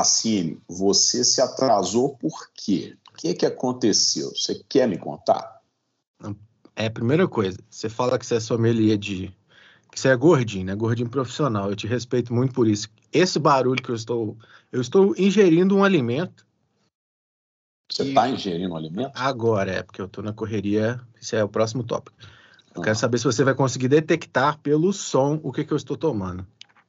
Cassini, você se atrasou por quê? O que aconteceu? Você quer me contar? A primeira coisa, você fala que você é sommelier que você é gordinho, né? Gordinho profissional. Eu te respeito muito por isso. Esse barulho que eu estou ingerindo um alimento. Você está ingerindo um alimento? Agora, porque eu estou na correria. Esse é o próximo tópico. Eu quero saber se você vai conseguir detectar pelo som o que eu estou tomando.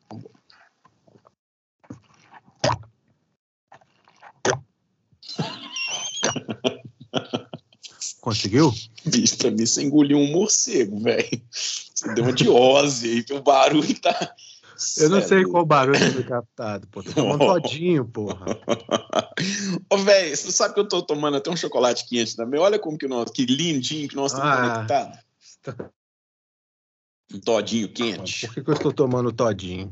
Conseguiu? Bicho, pra mim você engoliu um morcego, velho. Você deu uma de Ozzy aí, o barulho tá... Eu não sei qual barulho foi captado, pô. Tô tomando todinho, porra. Ô, velho, você sabe que eu tô tomando até um chocolate quente também? Olha como que lindinho que nós estamos conectados. Um todinho quente. Por que eu estou tomando todinho?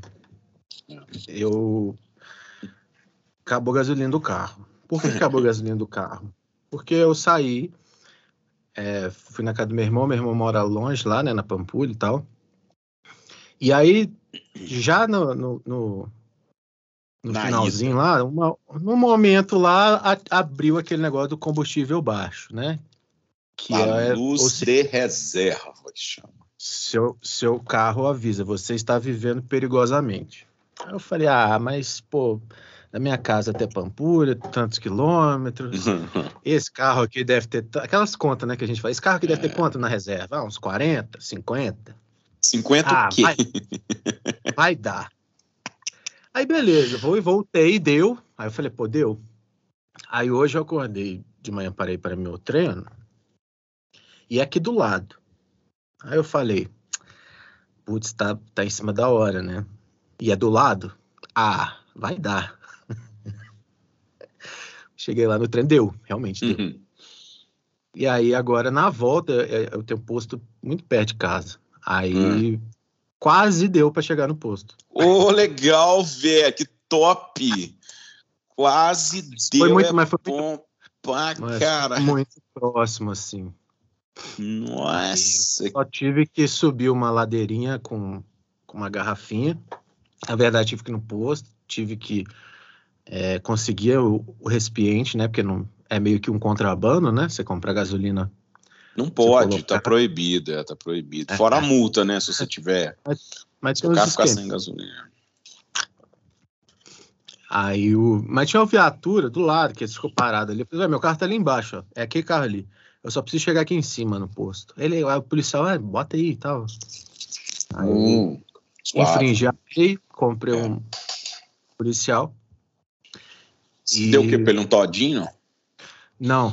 Acabou a gasolina do carro. Por que acabou a gasolina do carro? Porque eu saí, fui na casa do meu irmão mora longe lá, né, na Pampulha e tal. E aí, já no finalzinho lá, no momento lá, abriu aquele negócio do combustível baixo, né? Que a luz de reserva, que chama. Seu carro avisa, você está vivendo perigosamente. Aí eu falei, mas, pô, da minha casa até Pampulha, tantos quilômetros, esse carro aqui deve ter... Aquelas contas, né, que a gente faz. Esse carro aqui deve ter quanto na reserva? Uns 40, 50? 50 o quê? Vai dar. Aí, beleza, voltei, deu. Aí eu falei, pô, deu. Aí hoje eu acordei de manhã, parei para meu treino, e é aqui do lado. Aí eu falei, putz, tá em cima da hora, né? E é do lado? Vai dar. Cheguei lá no treino, deu, realmente deu. E aí agora na volta, eu tenho posto muito perto de casa. Aí quase deu para chegar no posto. Legal, velho, que top! Quase deu, cara. Muito próximo, assim. Nossa! Aí eu só tive que subir uma ladeirinha com uma garrafinha. Na verdade, tive que ir no posto, tive que conseguir o recipiente, né? Porque não é meio que um contrabando, né? Você comprar gasolina. Não pode, tá proibido, tá proibido. Fora a multa, né? Se você tiver. Mas se o carro ficar sem gasolina. Aí mas tinha uma viatura do lado, que ficou parado ali. Eu falei, meu carro tá ali embaixo, ó. É aquele carro ali. Eu só preciso chegar aqui em cima no posto. O policial, bota aí e tal. Aí infringi a lei, comprei um policial. Deu o quê? Pelo um todinho? Não.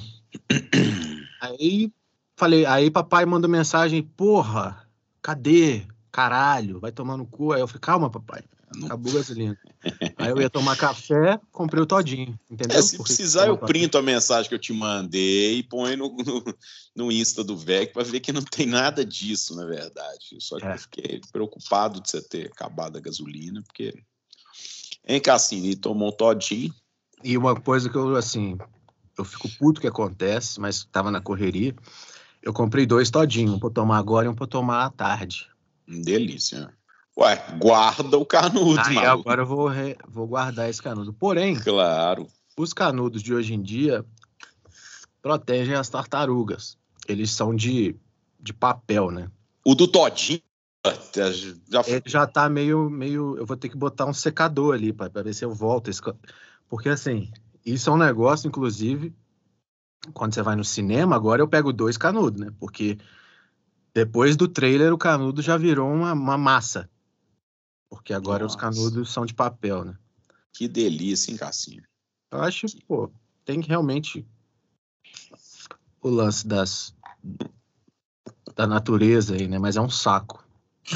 Aí papai mandou mensagem, porra, cadê? Caralho, vai tomar no cu. Aí eu falei, calma, papai, acabou a gasolina. Aí eu ia tomar café, comprei o todinho, entendeu? Se precisar, eu printo a mensagem que eu te mandei e ponho no Insta do VEC para ver que não tem nada disso, na verdade. Só que eu fiquei preocupado de você ter acabado a gasolina, porque... Hein, Cassini, tomou um todinho. E uma coisa que eu fico puto que acontece, mas tava na correria, eu comprei 2 todinhos, um pra tomar agora e um pra tomar à tarde. Delícia. Ué, guarda o canudo, maluco. Agora eu vou guardar esse canudo. Porém, claro, os canudos de hoje em dia protegem as tartarugas. Eles são de papel, né? O do todinho ele já tá meio... Eu vou ter que botar um secador ali para ver se eu volto. Porque, assim, isso é um negócio, inclusive, quando você vai no cinema, agora eu pego 2 canudos, né? Porque depois do trailer, o canudo já virou uma massa. Porque agora os canudos são de papel, né? Que delícia, hein, Cassinho? Eu acho, tem que realmente o lance da natureza aí, né? Mas é um saco.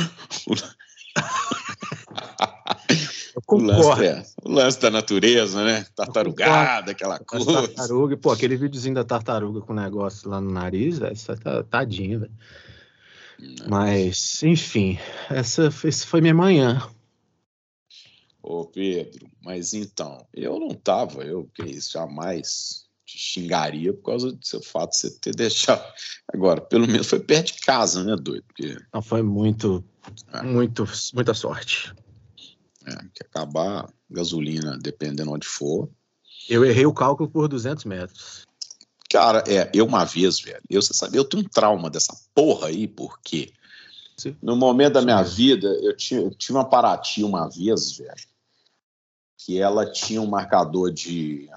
O lance da natureza, né? Tartarugada, aquela coisa. Tartaruga, aquele videozinho da tartaruga com o negócio lá no nariz, velho, isso tá tadinho, velho. Mas, enfim, essa foi minha manhã. Ô, Pedro, mas então, que isso, jamais te xingaria por causa do seu fato de você ter deixado. Agora, pelo menos foi perto de casa, né, doido? Porque... Não, foi muita sorte. Que acabar gasolina, dependendo onde for. Eu errei o cálculo por 200 metros. Cara, eu uma vez, velho, você sabe, eu tenho um trauma dessa porra aí, porque no momento da minha vida, eu tive uma Paraty uma vez, velho, que ela tinha um marcador de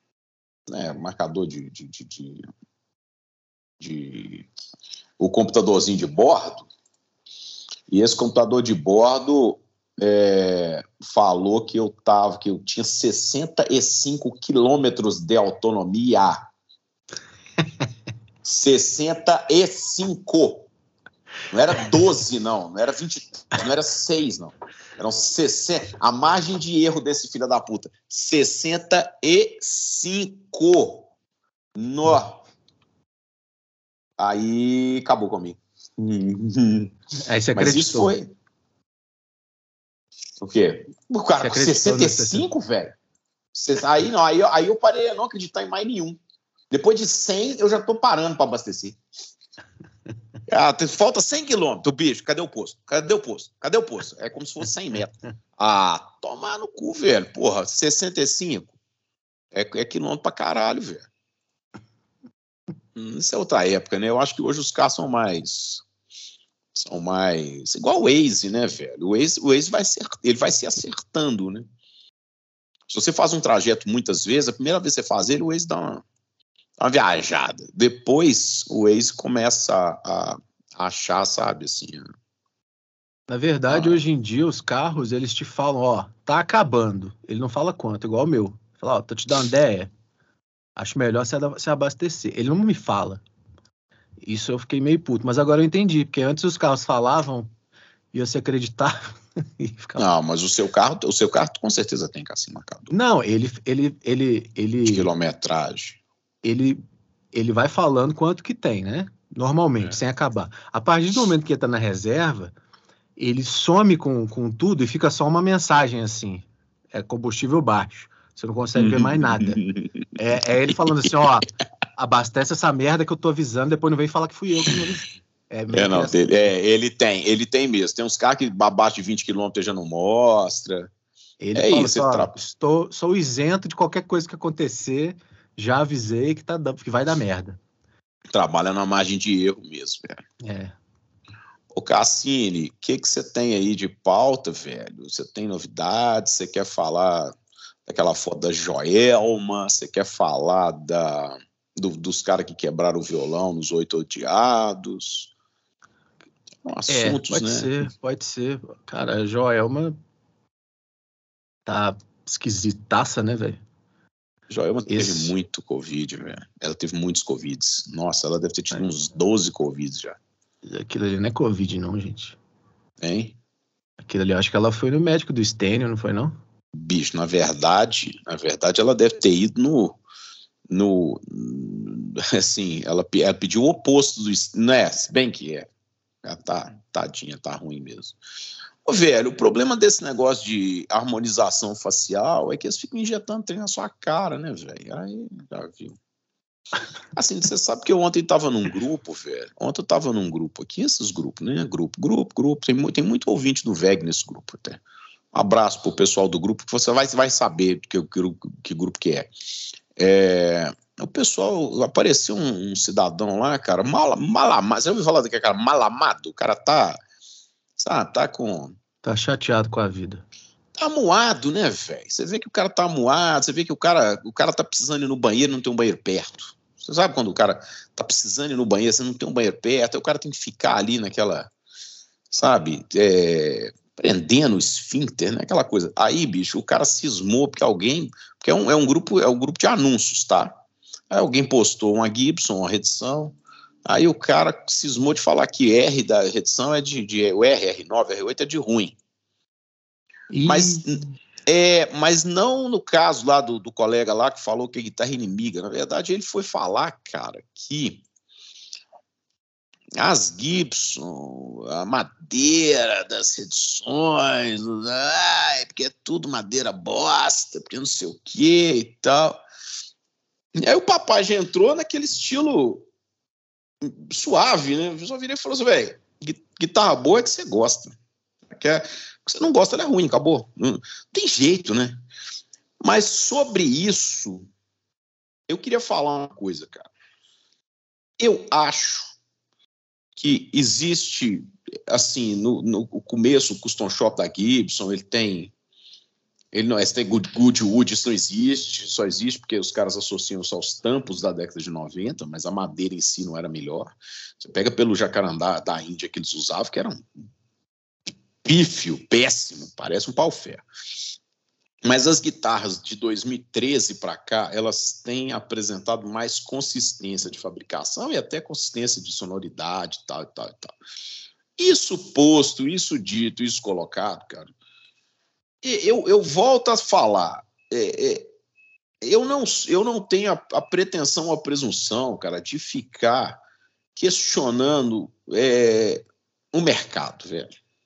o computadorzinho de bordo, e esse computador de bordo falou que eu tinha 65 quilômetros de autonomia. 65. Não era 12, não era 20, não era 6, não. Eram 60. A margem de erro desse filho da puta. 65. No. Aí acabou comigo. Aí você acreditou. Mas isso foi... O quê? O cara, com 65, velho? Aí eu parei a não acreditar em mais nenhum. Depois de 100, eu já tô parando para abastecer. Falta 100 quilômetros, bicho. Cadê o posto? É como se fosse 100 metros. Tomar no cu, velho. Porra, 65 é quilômetro pra caralho, velho. Isso é outra época, né? Eu acho que hoje os carros são mais igual o Waze, né, velho? O Waze vai se acertando, né? Se você faz um trajeto muitas vezes, a primeira vez que você faz ele, o Waze dá uma viajada. Depois o Waze começa a achar, sabe, assim. Na verdade, hoje em dia, os carros, eles te falam, tá acabando. Ele não fala quanto, igual o meu. Fala, tô te dando uma ideia. Acho melhor se abastecer. Ele não me fala. Isso eu fiquei meio puto. Mas agora eu entendi, porque antes os carros falavam e você acreditava e ficava... Não, mas o seu carro com certeza tem assim marcador. Não, ele de quilometragem. Ele vai falando quanto que tem, né? Normalmente, sem acabar. A partir do momento que ele tá na reserva, ele some com tudo e fica só uma mensagem assim. É combustível baixo. Você não consegue ver mais nada. É ele falando assim, abastece essa merda que eu tô avisando, depois não vem falar que fui eu que não avisei. Ele tem mesmo. Tem uns carros que abaixo de 20 km já não mostra. Ele fala assim, sou isento de qualquer coisa que acontecer, já avisei que vai dar merda. Trabalha na margem de erro mesmo, velho. Ô Cassini, o que você tem aí de pauta, velho? Você tem novidades? Você quer falar daquela foto da Joelma? Você quer falar dos caras que quebraram o violão nos 8 Odiados? Assuntos, pode ser. Cara, a Joelma tá esquisitaça, né, velho? Joelma teve muito Covid, velho. Ela teve muitos Covids. Nossa, ela deve ter tido uns 12 Covids já. Aquilo ali não é Covid, não, gente. Hein? Aquilo ali, eu acho que ela foi no médico do Stênio, não foi, não? Bicho, na verdade, ela deve ter ido assim, ela pediu o oposto do... Né? Se bem que ela tadinha, tá ruim mesmo. Ô, velho, o problema desse negócio de harmonização facial é que eles ficam injetando trem na sua cara, né, velho? Aí, já viu. Assim, você sabe que eu ontem tava num grupo, velho. Ontem eu tava num grupo aqui, esses grupos, né? Grupo. Tem muito ouvinte do VEG nesse grupo até. Um abraço pro pessoal do grupo, que você vai saber que grupo que é. O pessoal, apareceu um cidadão lá, cara, malamado. Você ouviu falar daquele cara malamado? O cara tá chateado com a vida. Tá amuado, né, velho? Você vê que o cara tá amuado, você vê que o cara tá precisando ir no banheiro e não tem um banheiro perto. Você sabe quando o cara tá precisando ir no banheiro, você não tem um banheiro perto, aí o cara tem que ficar ali naquela, sabe, prendendo o esfíncter, né, aquela coisa. Aí, bicho, o cara cismou porque é um grupo de anúncios, tá? Aí alguém postou uma Gibson, uma redição, aí o cara cismou de falar que R da redição o R9, R8 é de ruim. Mas não no caso lá do colega lá que falou que é guitarra inimiga. Na verdade, ele foi falar, cara, que as Gibson, a madeira das edições, porque é tudo madeira bosta, porque não sei o que e tal. E aí o papai já entrou naquele estilo suave, né? Eu só virei e falou assim, velho, guitarra boa é que você gosta. você não gosta, ela é ruim, acabou. Não tem jeito, né? Mas sobre isso, eu queria falar uma coisa, cara. Eu acho que existe, assim, no começo, o custom shop da Gibson, ele tem Goodwood, isso não existe, só existe porque os caras associam só aos tampos da década de 90, mas a madeira em si não era melhor. Você pega pelo jacarandá da Índia que eles usavam, que era um pífio, péssimo, parece um pau-ferro. Mas as guitarras de 2013 para cá, elas têm apresentado mais consistência de fabricação e até consistência de sonoridade e tal, e tal, e tal. Isso posto, isso dito, isso colocado, cara, eu volto a falar, eu não tenho a pretensão, a presunção, cara, de ficar questionando o mercado, velho.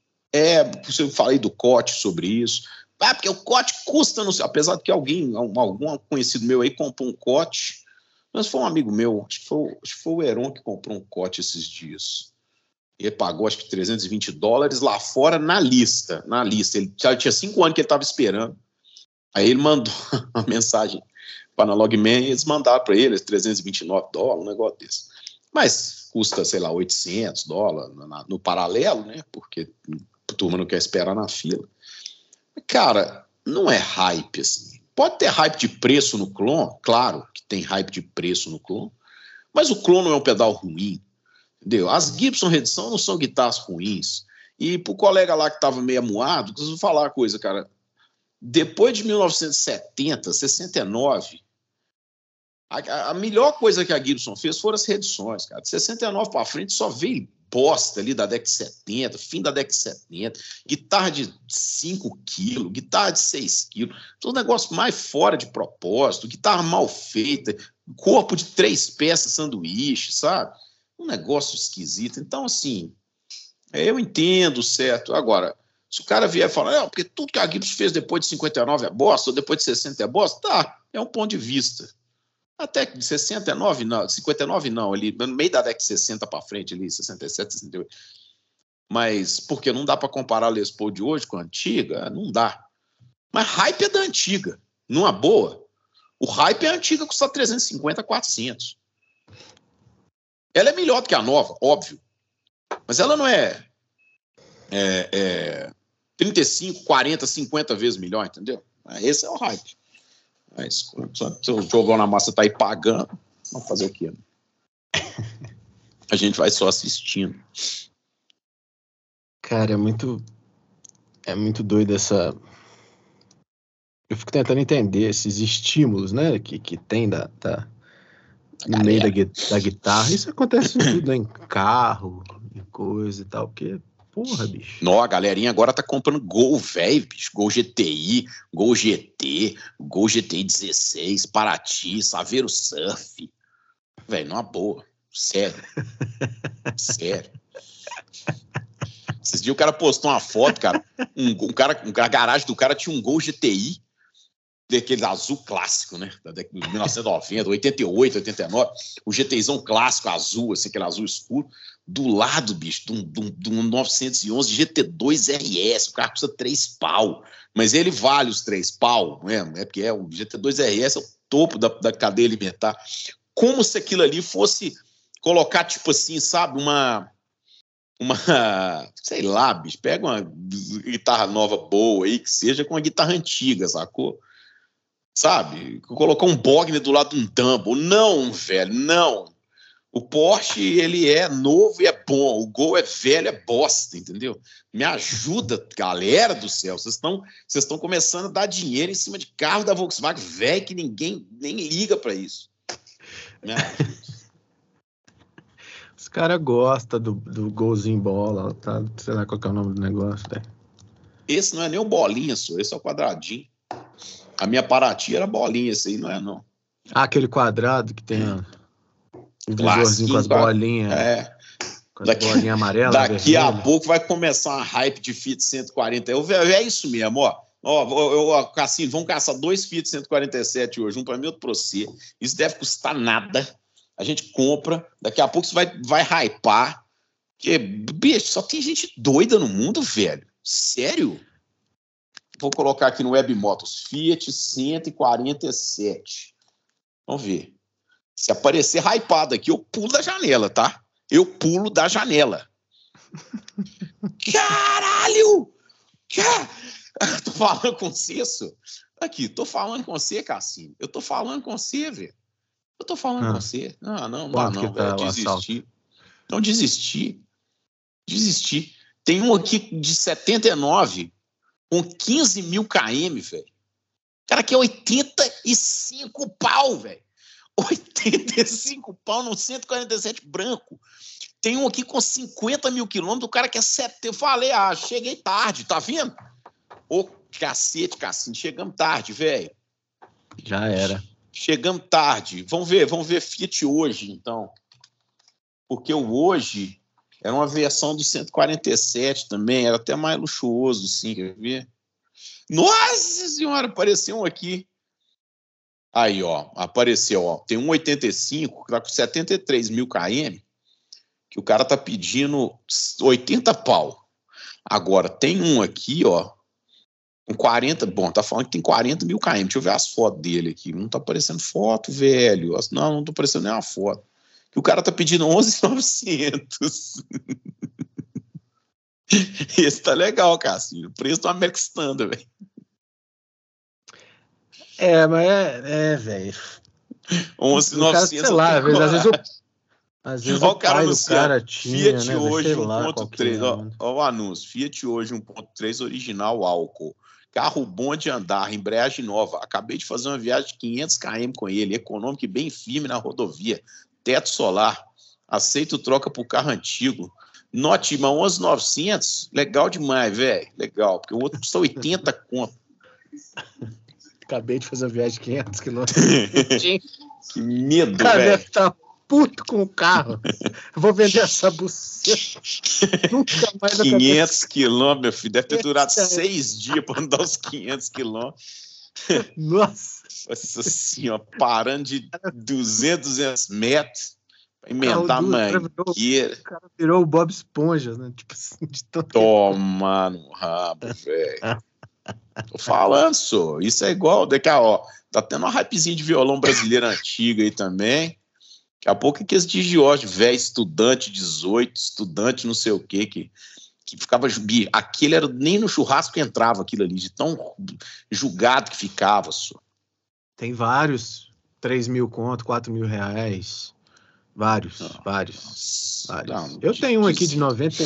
Eu falei do COT sobre isso. Porque o COT custa, não sei, apesar de que algum conhecido meu aí comprou um COT, mas foi um amigo meu, acho que foi o Heron que comprou um COT esses dias. Ele pagou, acho que $320 lá fora na lista. Ele já tinha 5 anos que ele estava esperando. Aí ele mandou uma mensagem para a Logman e eles mandaram para ele $329, um negócio desse. Mas custa, sei lá, $800 no paralelo, né? Porque a turma não quer esperar na fila. Cara, não é hype, assim. Pode ter hype de preço no clone, claro que tem hype de preço no clone, mas o clone não é um pedal ruim, entendeu? As Gibson Reedição não são guitarras ruins. E pro colega lá que tava meio amuado, eu vou falar uma coisa, cara. Depois de 1970, 69, a melhor coisa que a Gibson fez foram as reedições, cara. De 69 para frente só veio bosta ali da década de 70, fim da década de 70, guitarra de 5 quilos, guitarra de 6 quilos, todo negócio mais fora de propósito, guitarra mal feita, corpo de 3 peças sanduíche, sabe? Um negócio esquisito. Então, assim, eu entendo, certo? Agora, se o cara vier falar, porque tudo que a Gibson fez depois de 59 é bosta, ou depois de 60 é bosta, tá, é um ponto de vista. Até que de 69 não, 59 não, ali no meio da década de 60 para frente, ali 67, 68. Mas porque não dá para comparar a Les Paul de hoje com a antiga, não dá. Mas hype é da antiga, numa boa. O hype é a antiga, custa 350, 400. Ela é melhor do que a nova, óbvio. Mas ela não é 35, 40, 50 vezes melhor, entendeu? Esse é o hype. Mas se o Jogão na Massa tá aí pagando, vamos fazer o quê? Né? A gente vai só assistindo. Cara, é muito doido essa... Eu fico tentando entender esses estímulos, né, que tem no meio da guitarra. Isso acontece tudo, né, em carro, em coisa e tal, porque... Porra, bicho. Não, a galerinha agora tá comprando Gol velho, bicho. Gol GTI, Gol GT, Gol GTI 16, Paraty, Saveiro Surf. Velho, numa boa. Sério. Sério. Esses dias o cara postou uma foto, cara. A garagem do cara tinha um Gol GTI, daquele azul clássico, né? Da década de 1990, 88, 89. O GTIzão clássico, azul, assim, aquele azul escuro. Do lado, bicho, de um 911 GT2 RS, o carro custa 3 pau, mas ele vale os 3 pau, né? Porque o GT2 RS é o topo da cadeia alimentar. Como se aquilo ali fosse colocar, tipo assim, sabe, uma sei lá, bicho, pega uma guitarra nova boa aí, que seja com uma guitarra antiga, sacou? Sabe? Colocar um Bogner do lado de um Dumble. Não, velho, não. O Porsche, ele é novo e é bom. O Gol é velho, é bosta, entendeu? Me ajuda, galera do céu. Vocês estão começando a dar dinheiro em cima de carro da Volkswagen velho que ninguém nem liga para isso. Me ajuda. Os caras gostam do golzinho bola, tá? Sei lá qual que é o nome do negócio, velho. Esse não é nem o bolinha, só. Esse é o quadradinho. A minha Paraty era bolinha, esse aí não é, não. Ah, aquele quadrado que tem um visorzinho com as bolinhas. Com as bolinhas amarelas. Daqui a pouco vai começar uma hype de Fiat 140. É isso mesmo, ó. Cassino, vamos caçar 2 Fiat 147 hoje, um para mim e outro para você. Isso deve custar nada. A gente compra, daqui a pouco você vai hypar. Porque, bicho, só tem gente doida no mundo, velho. Sério? Vou colocar aqui no Webmotos. Fiat 147. Vamos ver. Se aparecer hypado aqui, eu pulo da janela, tá? Eu pulo da janela. Caralho! Tô falando com você, isso? Aqui, tô falando com você, Cassino. Eu tô falando com você, velho. Eu tô falando com você. Não dá não, velho. Desisti. Não, desisti. Tem um aqui de 79 com 15 mil km, velho. Cara, que é 85 pau, velho. 85 pau num 147 branco. Tem um aqui com 50 mil quilômetros, o cara quer 70. Eu falei, cheguei tarde, tá vendo? Ô, cacete, Cassino, chegamos tarde, velho. Já era. Chegamos tarde. Vamos ver Fiat hoje, então. Porque o hoje era uma versão do 147 também, era até mais luxuoso, sim, quer ver? Nossa senhora, apareceu um aqui. Aí, ó, apareceu, ó. Tem um 85 que tá com 73 mil km, que o cara tá pedindo 80 pau. Agora, tem um aqui, ó, com 40, bom, tá falando que tem 40 mil km. Deixa eu ver as fotos dele aqui. Não tá aparecendo foto, velho. Não tá aparecendo nenhuma foto. Que o cara tá pedindo 11.900. Esse tá legal, Cassinho. O preço do American Standard, velho. Mas velho. 11.900. Sei lá, às vezes o cara pai do cara tinha, Fiat né? hoje 1.3. Ó o anúncio. Fiat hoje 1.3 original álcool. Carro bom de andar, embreagem nova. Acabei de fazer uma viagem de 500 km com ele. Econômico e bem firme na rodovia. Teto solar. Aceito troca por carro antigo. Note, 11.900. Legal demais, velho. Legal. Porque o outro custa 80 conto. Acabei de fazer uma viagem de 500 quilômetros. Que medo, cara, velho. Deve estar puto com o carro. Eu vou vender essa buceta. Nunca mais 500 quilômetros, meu filho. Deve ter durado 6 dias para andar os 500 quilômetros. Nossa senhora, parando de 200 metros para emendar a mangueira. O cara virou o Bob Esponja, né? Tipo assim, de tanto Toma no rabo, velho. Tô falando, só. Isso é igual. Daqui a ó, tá tendo uma hypezinha de violão brasileiro antigo aí também. Daqui a pouco é que esse Digiorge, velho, estudante 18, estudante não sei o quê, que ficava. Aquele era nem no churrasco que entrava aquilo ali, de tão julgado que ficava, só. Tem vários, 3 mil conto, 4 mil reais. Vários. Não, eu tenho um aqui de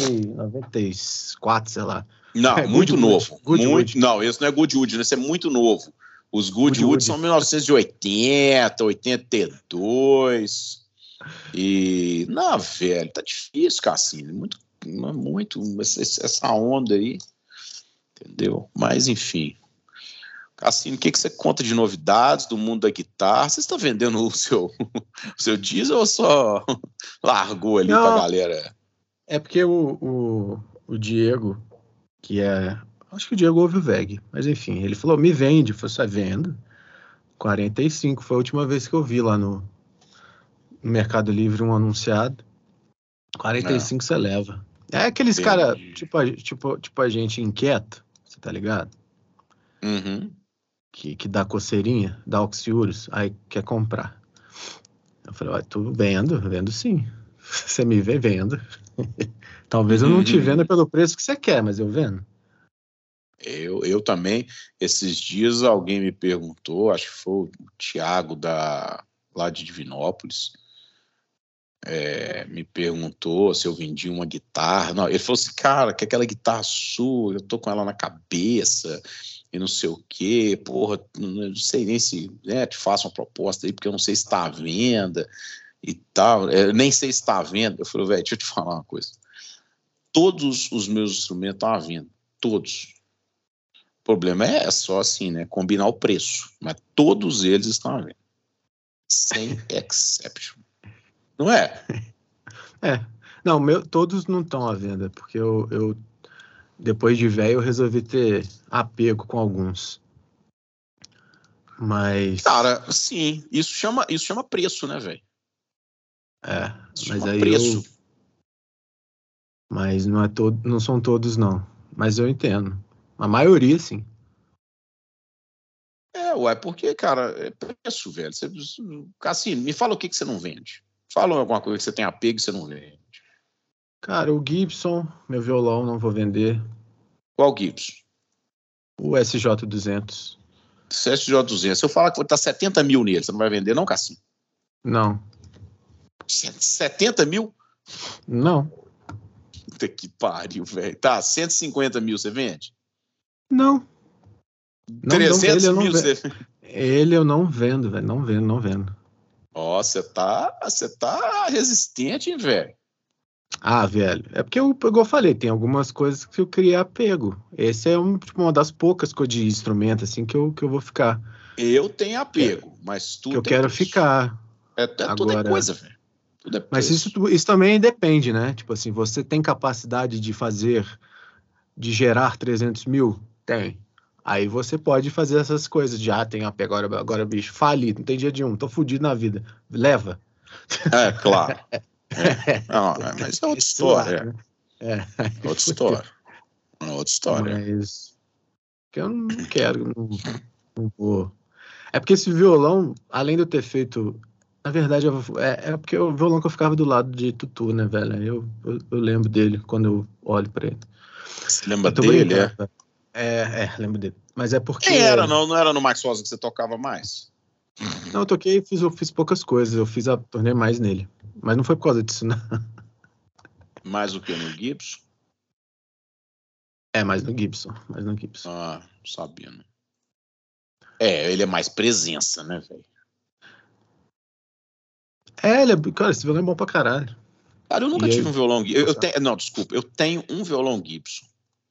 94, sei lá. Não, muito novo. Não, esse não é Goodwood, esse é muito novo. Os Goodwood são 1980, 82. E, não, velho, tá difícil, Cassino. Muito essa onda aí. Entendeu? Mas, enfim. Cassino, o que você conta de novidades do mundo da guitarra? Você está vendendo o seu diesel ou só largou ali pra galera? É porque o Diego, que é... Acho que o Diego ouve o VEG, mas enfim, ele falou, me vende. Foi só venda. 45 foi a última vez que eu vi lá no Mercado Livre um anunciado. 45 você leva. É aqueles cara, tipo a gente inquieto, você tá ligado? Uhum. Que dá coceirinha, dá oxiúros, aí quer comprar. Eu falei, tu vendo sim. Você me vê, vendo. Talvez eu não te venda pelo preço que você quer, mas eu vendo. Eu também. Esses dias alguém me perguntou, acho que foi o Thiago lá de Divinópolis, me perguntou se eu vendia uma guitarra. Não, ele falou assim, cara, que aquela guitarra sua, eu tô com ela na cabeça e não sei o quê, porra, não sei nem se te faço uma proposta aí, porque eu não sei se está à venda e tal, nem sei se está à venda. Eu falei, velho, deixa eu te falar uma coisa. Todos os meus instrumentos estão à venda, todos. O problema é só assim, né, combinar o preço, mas todos eles estão à venda. Sem exception. Não é? Não, todos não estão à venda, porque eu depois de velho, eu resolvi ter apego com alguns. Mas... Cara, sim, isso chama preço, né, velho? Mas aí preço. Mas não são todos, não. mas eu entendo. A maioria, sim. Ué, porque, cara, é preço, velho. Cassino, me fala o que você não vende. Fala alguma coisa que você tem apego e você não vende. Cara, o Gibson, meu violão, não vou vender. Qual Gibson? O SJ200. SJ200. Se eu falar que vou estar 70 mil nele, você não vai vender, não, Cassino? Não. 70 mil? Não. Puta que pariu, velho. Tá, 150 mil você vende? Não. 300 ele mil você vende. Ele eu não vendo, velho. Não vendo. Ó, você tá resistente, hein, velho? Ah, velho, é porque igual eu falei, tem algumas coisas que eu criei apego. Esse é uma das poucas coisas de instrumento, assim, que eu vou ficar. Eu tenho apego, mas tudo que eu quero ficar. Tudo é Agora, coisa, velho. Tudo é mas preço. isso também depende, né? Tipo assim, você tem capacidade de gerar 300 mil? Tem. Aí você pode fazer essas coisas de, tem apego, agora bicho, falido, não tem dia de tô fudido na vida. Leva. É, claro. Não, mas é outra história. Lado, né? Outra história. Outra história. Mas que eu não quero, não vou. É porque esse violão, além de eu ter feito. Na verdade, é porque o violão que eu ficava do lado de Tutu, né, velho? Eu lembro dele quando eu olho pra ele. Você lembra Eu tô dele, brincando. Lembro dele. Mas é porque. Quem era, não era no Max Rosa que você tocava mais? Não, eu toquei eu fiz poucas coisas. Eu tornei mais nele. Mas não foi por causa disso, não. Mais do que no Gibson? Mais no Gibson. Ah, sabendo. Ele é mais presença, né, velho? Cara, esse violão é bom pra caralho. Cara, eu nunca tive um violão Gibson. Não, desculpa. Eu tenho um violão Gibson.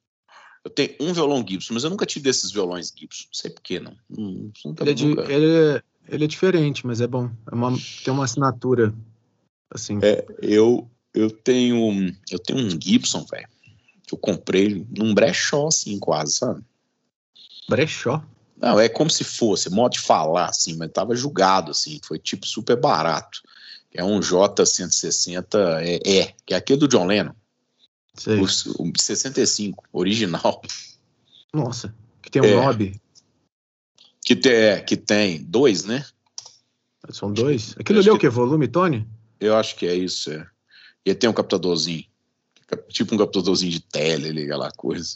Mas eu nunca tive desses violões Gibson. Não sei por que, não. Ele é diferente, mas é bom. Tem uma assinatura, assim. Eu tenho um Gibson, velho, que eu comprei num brechó, assim, quase, sabe? Brechó? Não, é como se fosse, modo de falar, assim, mas tava julgado, assim, foi tipo super barato. É um J160 que é aquele do John Lennon. Sei. O 65, original. Nossa, que tem um knob. Que tem 2, né? São 2? Aquilo ali é o quê? Volume, Tony? Eu acho que é isso, E ele tem um captadorzinho. Tipo um captadorzinho de tele, aquela coisa.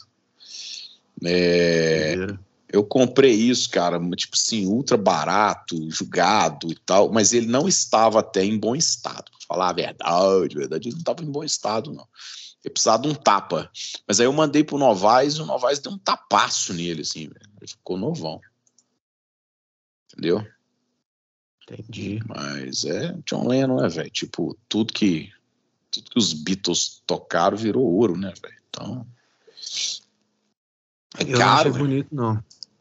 Eu comprei isso, cara, tipo assim, ultra barato, julgado e tal, mas ele não estava até em bom estado. Pra falar a verdade, ele não estava em bom estado, não. Ele precisava de um tapa. Mas aí eu mandei pro Novaes e o Novaes deu um tapaço nele, assim, velho. Ele ficou novão. Entendeu? Entendi. Mas John Lennon, né, velho? Tipo, tudo que os Beatles tocaram virou ouro, né, velho? Então. Eu não achei bonito, não.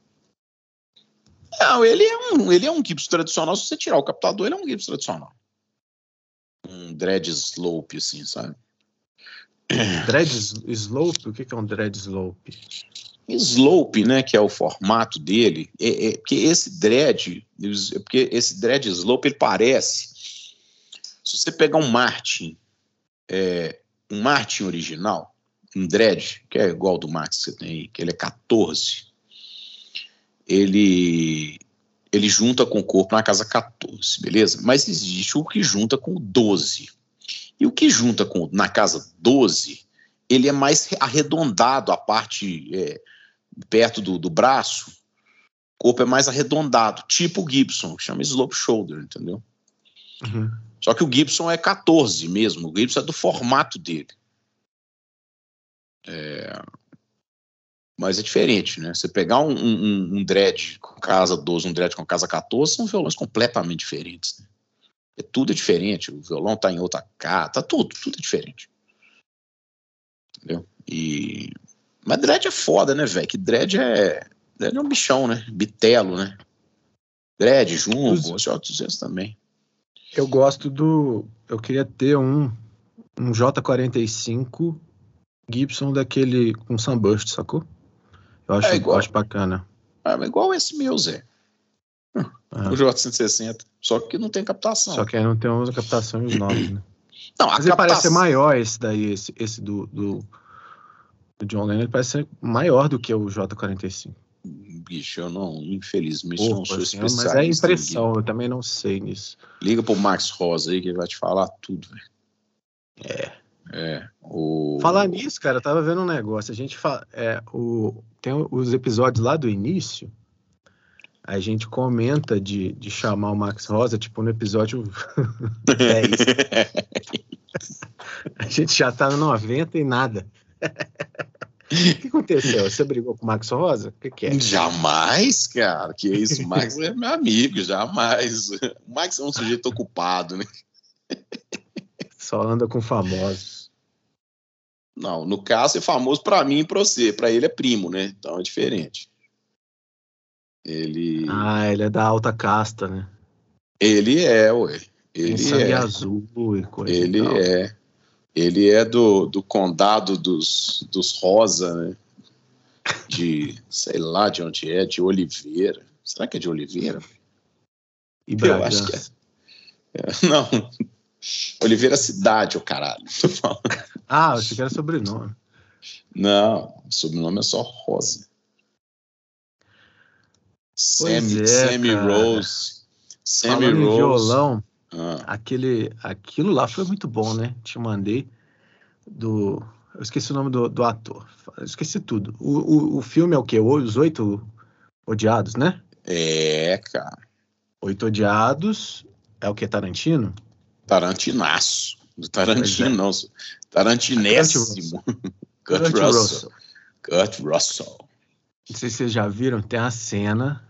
Não, ele é um Gibson tradicional. Se você tirar o captador, ele é um Gibson tradicional. Um dread slope, assim, sabe? Dread slope? O que é um dread slope? Slope, né, que é o formato dele, porque esse dread slope, ele parece, se você pegar um Martin original, um dread, que é igual ao do Max que você tem aí, que ele é 14, ele junta com o corpo na casa 14, beleza? Mas existe o que junta com o 12. E o que junta na casa 12, ele é mais arredondado, a parte perto do braço, o corpo é mais arredondado, tipo o Gibson, que chama slope shoulder, entendeu? Uhum. Só que o Gibson é 14 mesmo, o Gibson é do formato dele. Mas é diferente, né? Você pegar um dread com casa 12, um dread com casa 14, são violões completamente diferentes, né? Tudo é diferente, o violão tá em outra casa, tudo é diferente. Entendeu? Mas dread é foda, né, velho? Que dread é um bichão, né? Bitelo, né? Dread, Jumbo, J200 também. Eu gosto eu queria ter um J45 Gibson daquele com sunburst, sacou? Eu acho bacana. É igual esse meu, Zé. O J160. Só que não tem captação. Só que aí não tem uma captação e os novos, né? Não, mas ele parece ser maior esse daí, esse O John Lennon parece ser maior do que o J-45. Bicho, eu não, infelizmente, Pô, não sou assim, especialista. mas é impressão, eu também não sei nisso. Liga pro Max Rosa aí que ele vai te falar tudo, velho. Falar nisso, cara, eu tava vendo um negócio. A gente tem os episódios lá do início. A gente comenta de chamar o Max Rosa, tipo, no episódio 10. A gente já tá no 90 e nada. O que aconteceu? Você brigou com o Max Rosa? O que é? Jamais, cara. Que isso? O Max é meu amigo, jamais. O Max é um sujeito ocupado, né? Só anda com famosos. Não, no caso é famoso pra mim e pra você. Pra ele é primo, né? Então é diferente. Ele é da alta casta, né? Ele é, ué. Tem sangue azul e coisa Ele e tal. é. Ele é do condado dos Rosa, né? Sei lá de onde é, de Oliveira. Será que é de Oliveira? E eu acho que é. Não. Oliveira cidade, ô caralho. Eu achei que era sobrenome. Não, o sobrenome é só Rosa. Sammy Rose. Sammy Falando Rose. em violão, aquilo lá foi muito bom, né? Te mandei eu esqueci o nome do ator. Eu esqueci tudo. O filme é o quê? Os 8 Odiados, né? É, cara. 8 Odiados é o quê? Tarantino? Tarantinaço. Do Tarantino, não. Tarantinésimo. Kurt Russell. Kurt Russell. Não sei se vocês já viram, tem a cena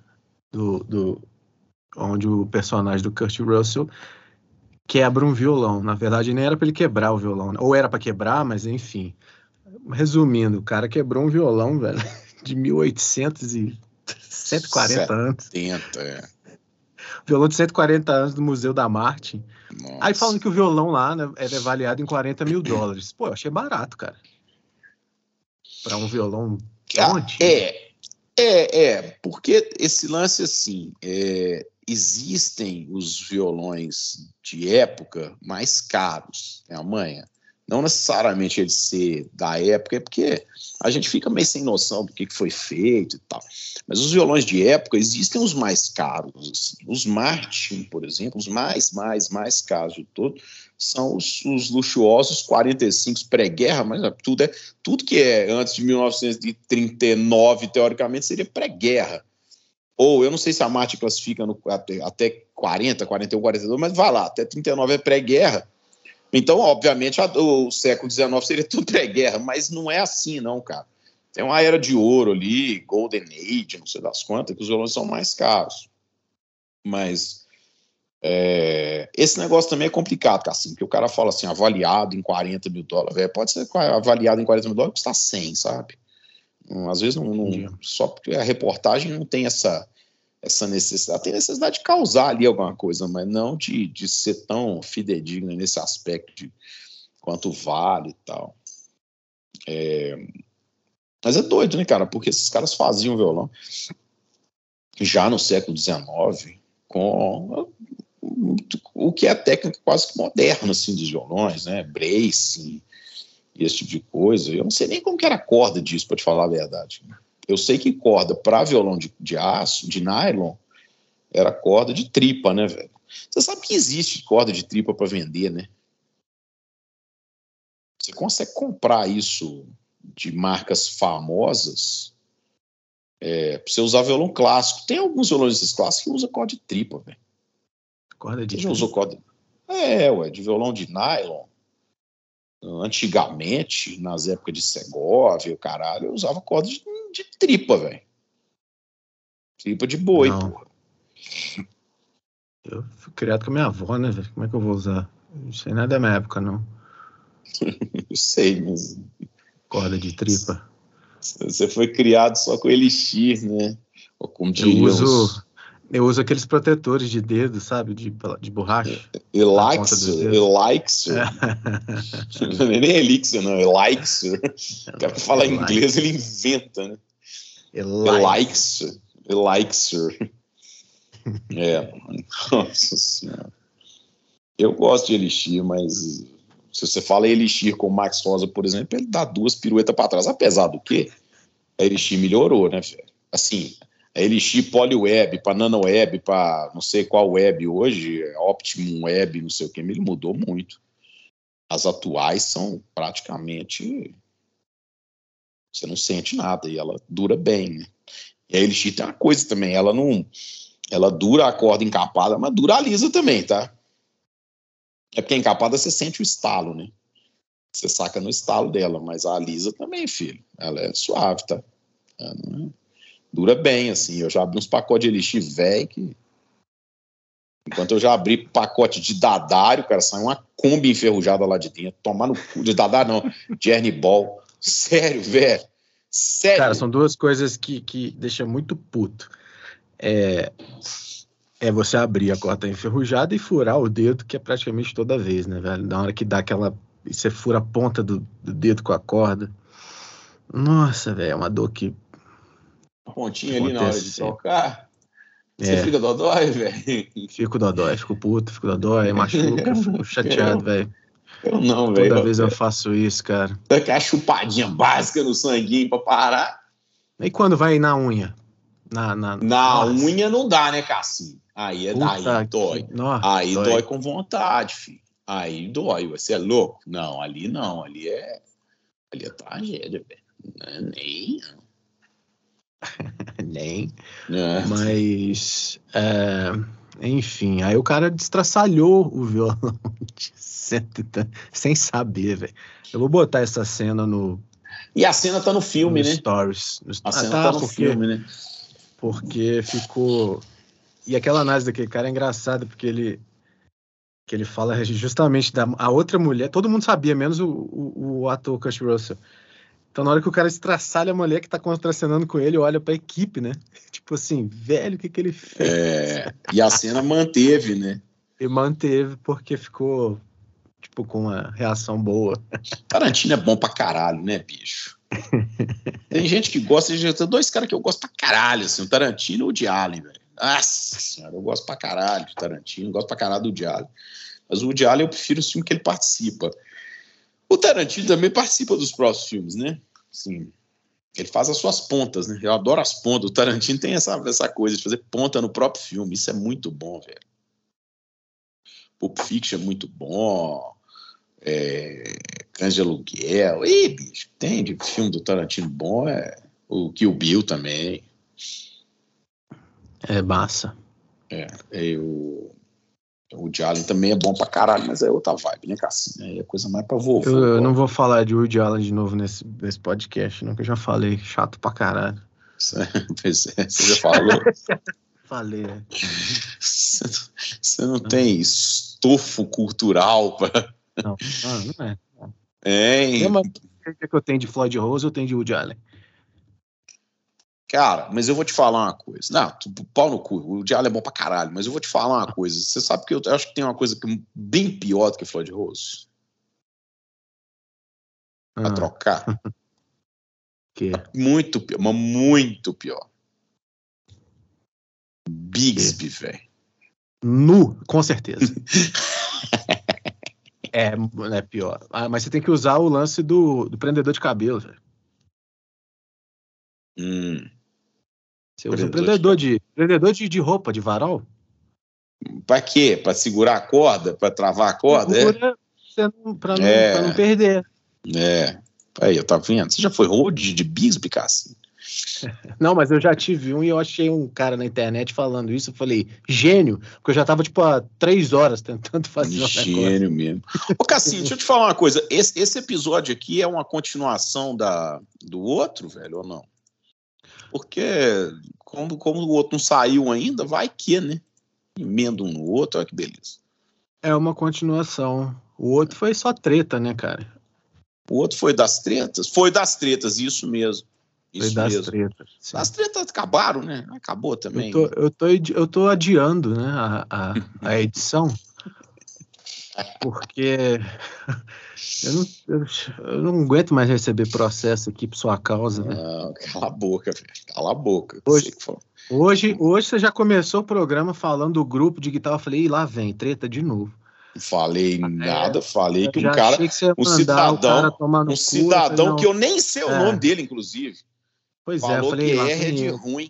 onde o personagem do Kurt Russell quebra um violão. Na verdade, nem era para ele quebrar o violão, né? Ou era para quebrar, mas enfim. Resumindo, o cara quebrou um violão, velho, de 1800 e 140 anos. 70, Violão de 140 anos do Museu da Martin. Nossa. Aí falando que o violão lá, né, é avaliado em $40 mil. Pô, eu achei barato, cara. Para um violão tão antigo. Porque esse lance, assim, existem os violões de época mais caros, né, amanhã. Não necessariamente ele ser da época, é porque a gente fica meio sem noção do que foi feito e tal. Mas os violões de época, existem os mais caros. Assim. Os Martin, por exemplo, os mais caros de todos, são os luxuosos 45 pré-guerra, mas tudo que é antes de 1939, teoricamente, seria pré-guerra. Ou, eu não sei se a Martin classifica até 40, 41, 42, mas vai lá, até 39 é pré-guerra. Então, obviamente, o século XIX seria tudo pré-guerra, mas não é assim, não, cara. Tem uma era de ouro ali, Golden Age, não sei das quantas, que os violões são mais caros. Mas esse negócio também é complicado, assim, porque o cara fala assim, avaliado em $40 mil, pode ser avaliado em $40 mil, custa 100, sabe? Às vezes, só porque a reportagem não tem essa necessidade. Tem necessidade de causar ali alguma coisa, mas não de ser tão fidedigna nesse aspecto de quanto vale e tal. Mas é doido, né, cara? Porque esses caras faziam violão já no século XIX com o que é a técnica quase que moderna, assim, dos violões, né? Bracing e esse tipo de coisa. Eu não sei nem como que era a corda disso, para te falar a verdade. Eu sei que corda para violão de aço, de nylon, era corda de tripa, né, velho? Você sabe que existe corda de tripa para vender, né? Você consegue comprar isso de marcas famosas para você usar violão clássico. Tem alguns violões clássicos que usam corda de tripa, velho. Corda de tripa? Usou corda... de violão de nylon. Antigamente, nas épocas de Segóvia, o caralho, eu usava corda de tripa, velho. Tripa de boi, porra. Eu fui criado com a minha avó, né, velho? Como é que eu vou usar? Não sei nada da minha época, não. Eu sei, mas... Corda de tripa. Você foi criado só com elixir, né? Ou como eu uso aqueles protetores de dedo, sabe? De borracha. Elixir. Nem elixir, não. Elixir. O cara fala inglês, ele inventa, né? Elixir. Nossa senhora. Eu gosto de elixir, mas Se você fala Elixir com o Max Rosa, por exemplo, ele dá 2 piruetas para trás, apesar do que a Elixir melhorou, né, velho? Assim, a Elixir Polyweb para NanoWeb, para não sei qual web hoje, Optimum Web, não sei o que, ele mudou muito. As atuais são praticamente... Você não sente nada e ela dura bem, né? E a Elixir tem uma coisa também, ela dura a corda encapada, mas dura a lisa também, tá? É porque a encapada você sente o estalo, né? Você saca no estalo dela, mas a lisa também, filho. Ela é suave, tá? Dura bem, assim. Eu já abri uns pacotes de Elixir velho que... Enquanto eu já abri pacote de Dadário, cara, saiu uma Kombi enferrujada lá de dentro. Tomar no cu. De Dadário, não. De Ernibol. Sério, velho. Sério. Cara, são 2 coisas que deixam muito puto. É você abrir a corda enferrujada e furar o dedo, que é praticamente toda vez, né, velho? Na hora que dá aquela... Você fura a ponta do dedo com a corda. Nossa, velho, é uma dor que... A pontinha ali na hora de trocar. Você fica dodói, velho? Fico dodói, fico puto, fico dodói, machuca, fico chateado, velho. Eu não, velho. Toda vez eu faço isso, cara. Dá aquela chupadinha básica no sanguinho pra parar. E quando vai na unha? Na unha não dá, né, Cassinho? Aí dói. Aí dói com vontade, filho. Aí dói. Você é louco? Não, ali não. Ali é tragédia, velho. Não é nem... Nem. Mas... enfim, aí o cara destraçalhou o violão sem saber, velho. Eu vou botar essa cena no... E a cena tá no filme, né? Stories. A cena tá no filme, né? Porque ficou... E aquela análise daquele cara é engraçada, porque ele fala justamente a outra mulher, todo mundo sabia, menos o ator Kurt Russell. Então, na hora que o cara estraçalha a mulher que tá contracenando com ele, olha pra equipe, né? Tipo assim, velho, o que ele fez? E a cena manteve, né? E manteve, porque ficou, tipo, com uma reação boa. Tarantino é bom pra caralho, né, bicho? Tem gente que gosta, tem 2 caras que eu gosto pra caralho, assim, o Tarantino e o Woody Allen, velho. Nossa senhora, eu gosto pra caralho de Tarantino, gosto pra caralho do Woody Allen. Mas o Woody Allen eu prefiro o filme que ele participa. O Tarantino também participa dos próximos filmes, né? Assim, ele faz as suas pontas, né? Eu adoro as pontas. O Tarantino tem essa coisa de fazer ponta no próprio filme. Isso é muito bom, velho. Pulp Fiction é muito bom. Cães de Aluguel. Ih, bicho, tem de filme do Tarantino bom. O Kill Bill também. É massa. O Woody Allen também é bom pra caralho, mas é outra vibe, né, Cassinho? É coisa mais pra vovô. Eu não vou falar de Woody Allen de novo nesse podcast, não, que eu já falei. Chato pra caralho. Pois é, você já falou. Falei, né? Você não tem estofo cultural pra... Não é. Mesmo que eu tenho de Floyd Rose, eu tenho de Woody Allen. Cara, mas eu vou te falar uma coisa. Não, pau no cu. O Woody Allen é bom pra caralho, mas eu vou te falar uma coisa. Você sabe que eu acho que tem uma coisa bem pior do que Floyd Rose? Pra trocar. Que? Muito pior, mas muito pior. Bigsby, velho. Nu, com certeza. É pior. Mas você tem que usar o lance do prendedor de cabelo, velho. Você usa prendedor de roupa, de varal? Pra quê? Pra segurar a corda? Pra travar a corda? Pra não perder. Aí, tá vendo? Você já foi road de Bigsby, Cassinho? Não, mas eu já tive um e eu achei um cara na internet falando isso. Eu falei, gênio, porque eu já tava, tipo, há 3 horas tentando fazer um negócio. Gênio mesmo. Ô, Cassinho, deixa eu te falar uma coisa. Esse episódio aqui é uma continuação do outro, velho, ou não? Porque, como o outro não saiu ainda, vai que, né? Emenda um no outro, olha que beleza. É uma continuação. O outro foi só treta, né, cara? O outro foi das tretas? Foi das tretas, isso mesmo. Foi das tretas. Sim. As tretas acabaram, né? Acabou também. Eu tô adiando, né, a edição, porque eu não aguento mais receber processo aqui por sua causa, né? Não, cala a boca, velho. Cala a boca. Hoje você já começou o programa falando do grupo de guitarra. Eu falei, lá vem, treta de novo. Falei nada, falei que um já cara, achei que você ia um mandar o cara cidadão, tomar no um cu, cidadão não. que eu nem sei o nome dele, inclusive, Pois é, eu falou falei, que lá R é vem de ele. ruim.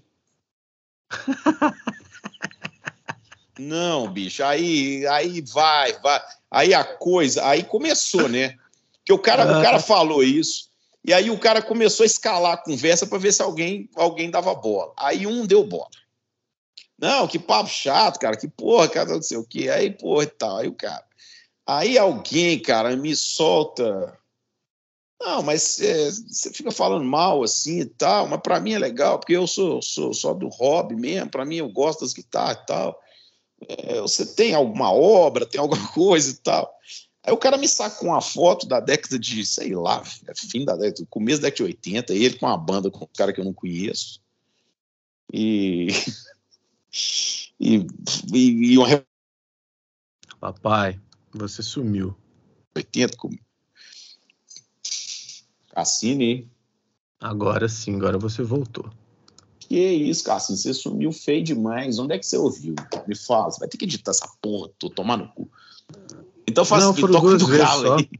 Não, bicho, aí vai. Aí a coisa, aí começou, né? Porque o cara falou isso, e aí o cara começou a escalar a conversa para ver se alguém dava bola. Aí um deu bola. Não, que papo chato, cara, que porra, cara, não sei o quê. Aí, porra e tal, aí o cara. Aí alguém, cara, me solta. Não, mas você fica falando mal assim e tal, mas para mim é legal, porque eu sou só do hobby mesmo, para mim eu gosto das guitarras e tal. Você tem alguma obra, tem alguma coisa e tal. Aí o cara me sacou uma foto da década de, sei lá, fim da década, começo da década de 80, ele com uma banda com um cara que eu não conheço. E uma Papai, você sumiu. 80 com Cassini. Agora sim, agora você voltou. Que isso, Cassini, você sumiu feio demais. Onde é que você ouviu? Me fala, você vai ter que editar essa porra, tô tomando cu. Então faz o seguinte, toca do calo aí.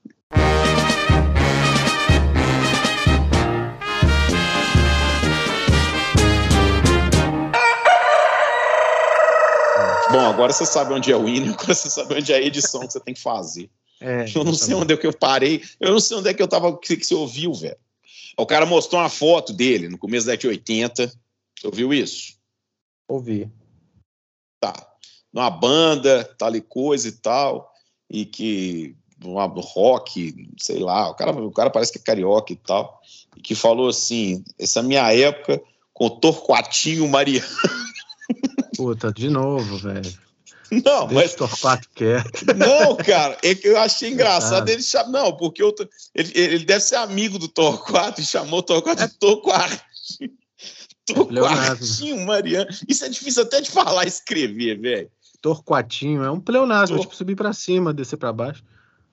Bom, agora você sabe onde é o hino, agora você sabe onde é a edição que você tem que fazer. Eu não sei onde é que eu parei, eu não sei onde é que eu tava, que você ouviu, velho. O cara mostrou uma foto dele no começo da década de 80. Você ouviu isso? Ouvi. Tá. Numa banda, tal e coisa e tal, e que rock, sei lá, o cara parece que é carioca e tal, e que falou assim, essa é a minha época com Torquatinho Mariano. Puta, de novo, velho. Não, deixa o Torquato quieto. Não, cara, é que eu achei engraçado ele chamar. Não, porque ele deve ser amigo do Torquato e chamou o Torquato de Torquatinho. Torquatinho Mariano. Isso é difícil até de falar e escrever, velho. Torquatinho é um pleonasmo, tipo subir pra cima, descer pra baixo.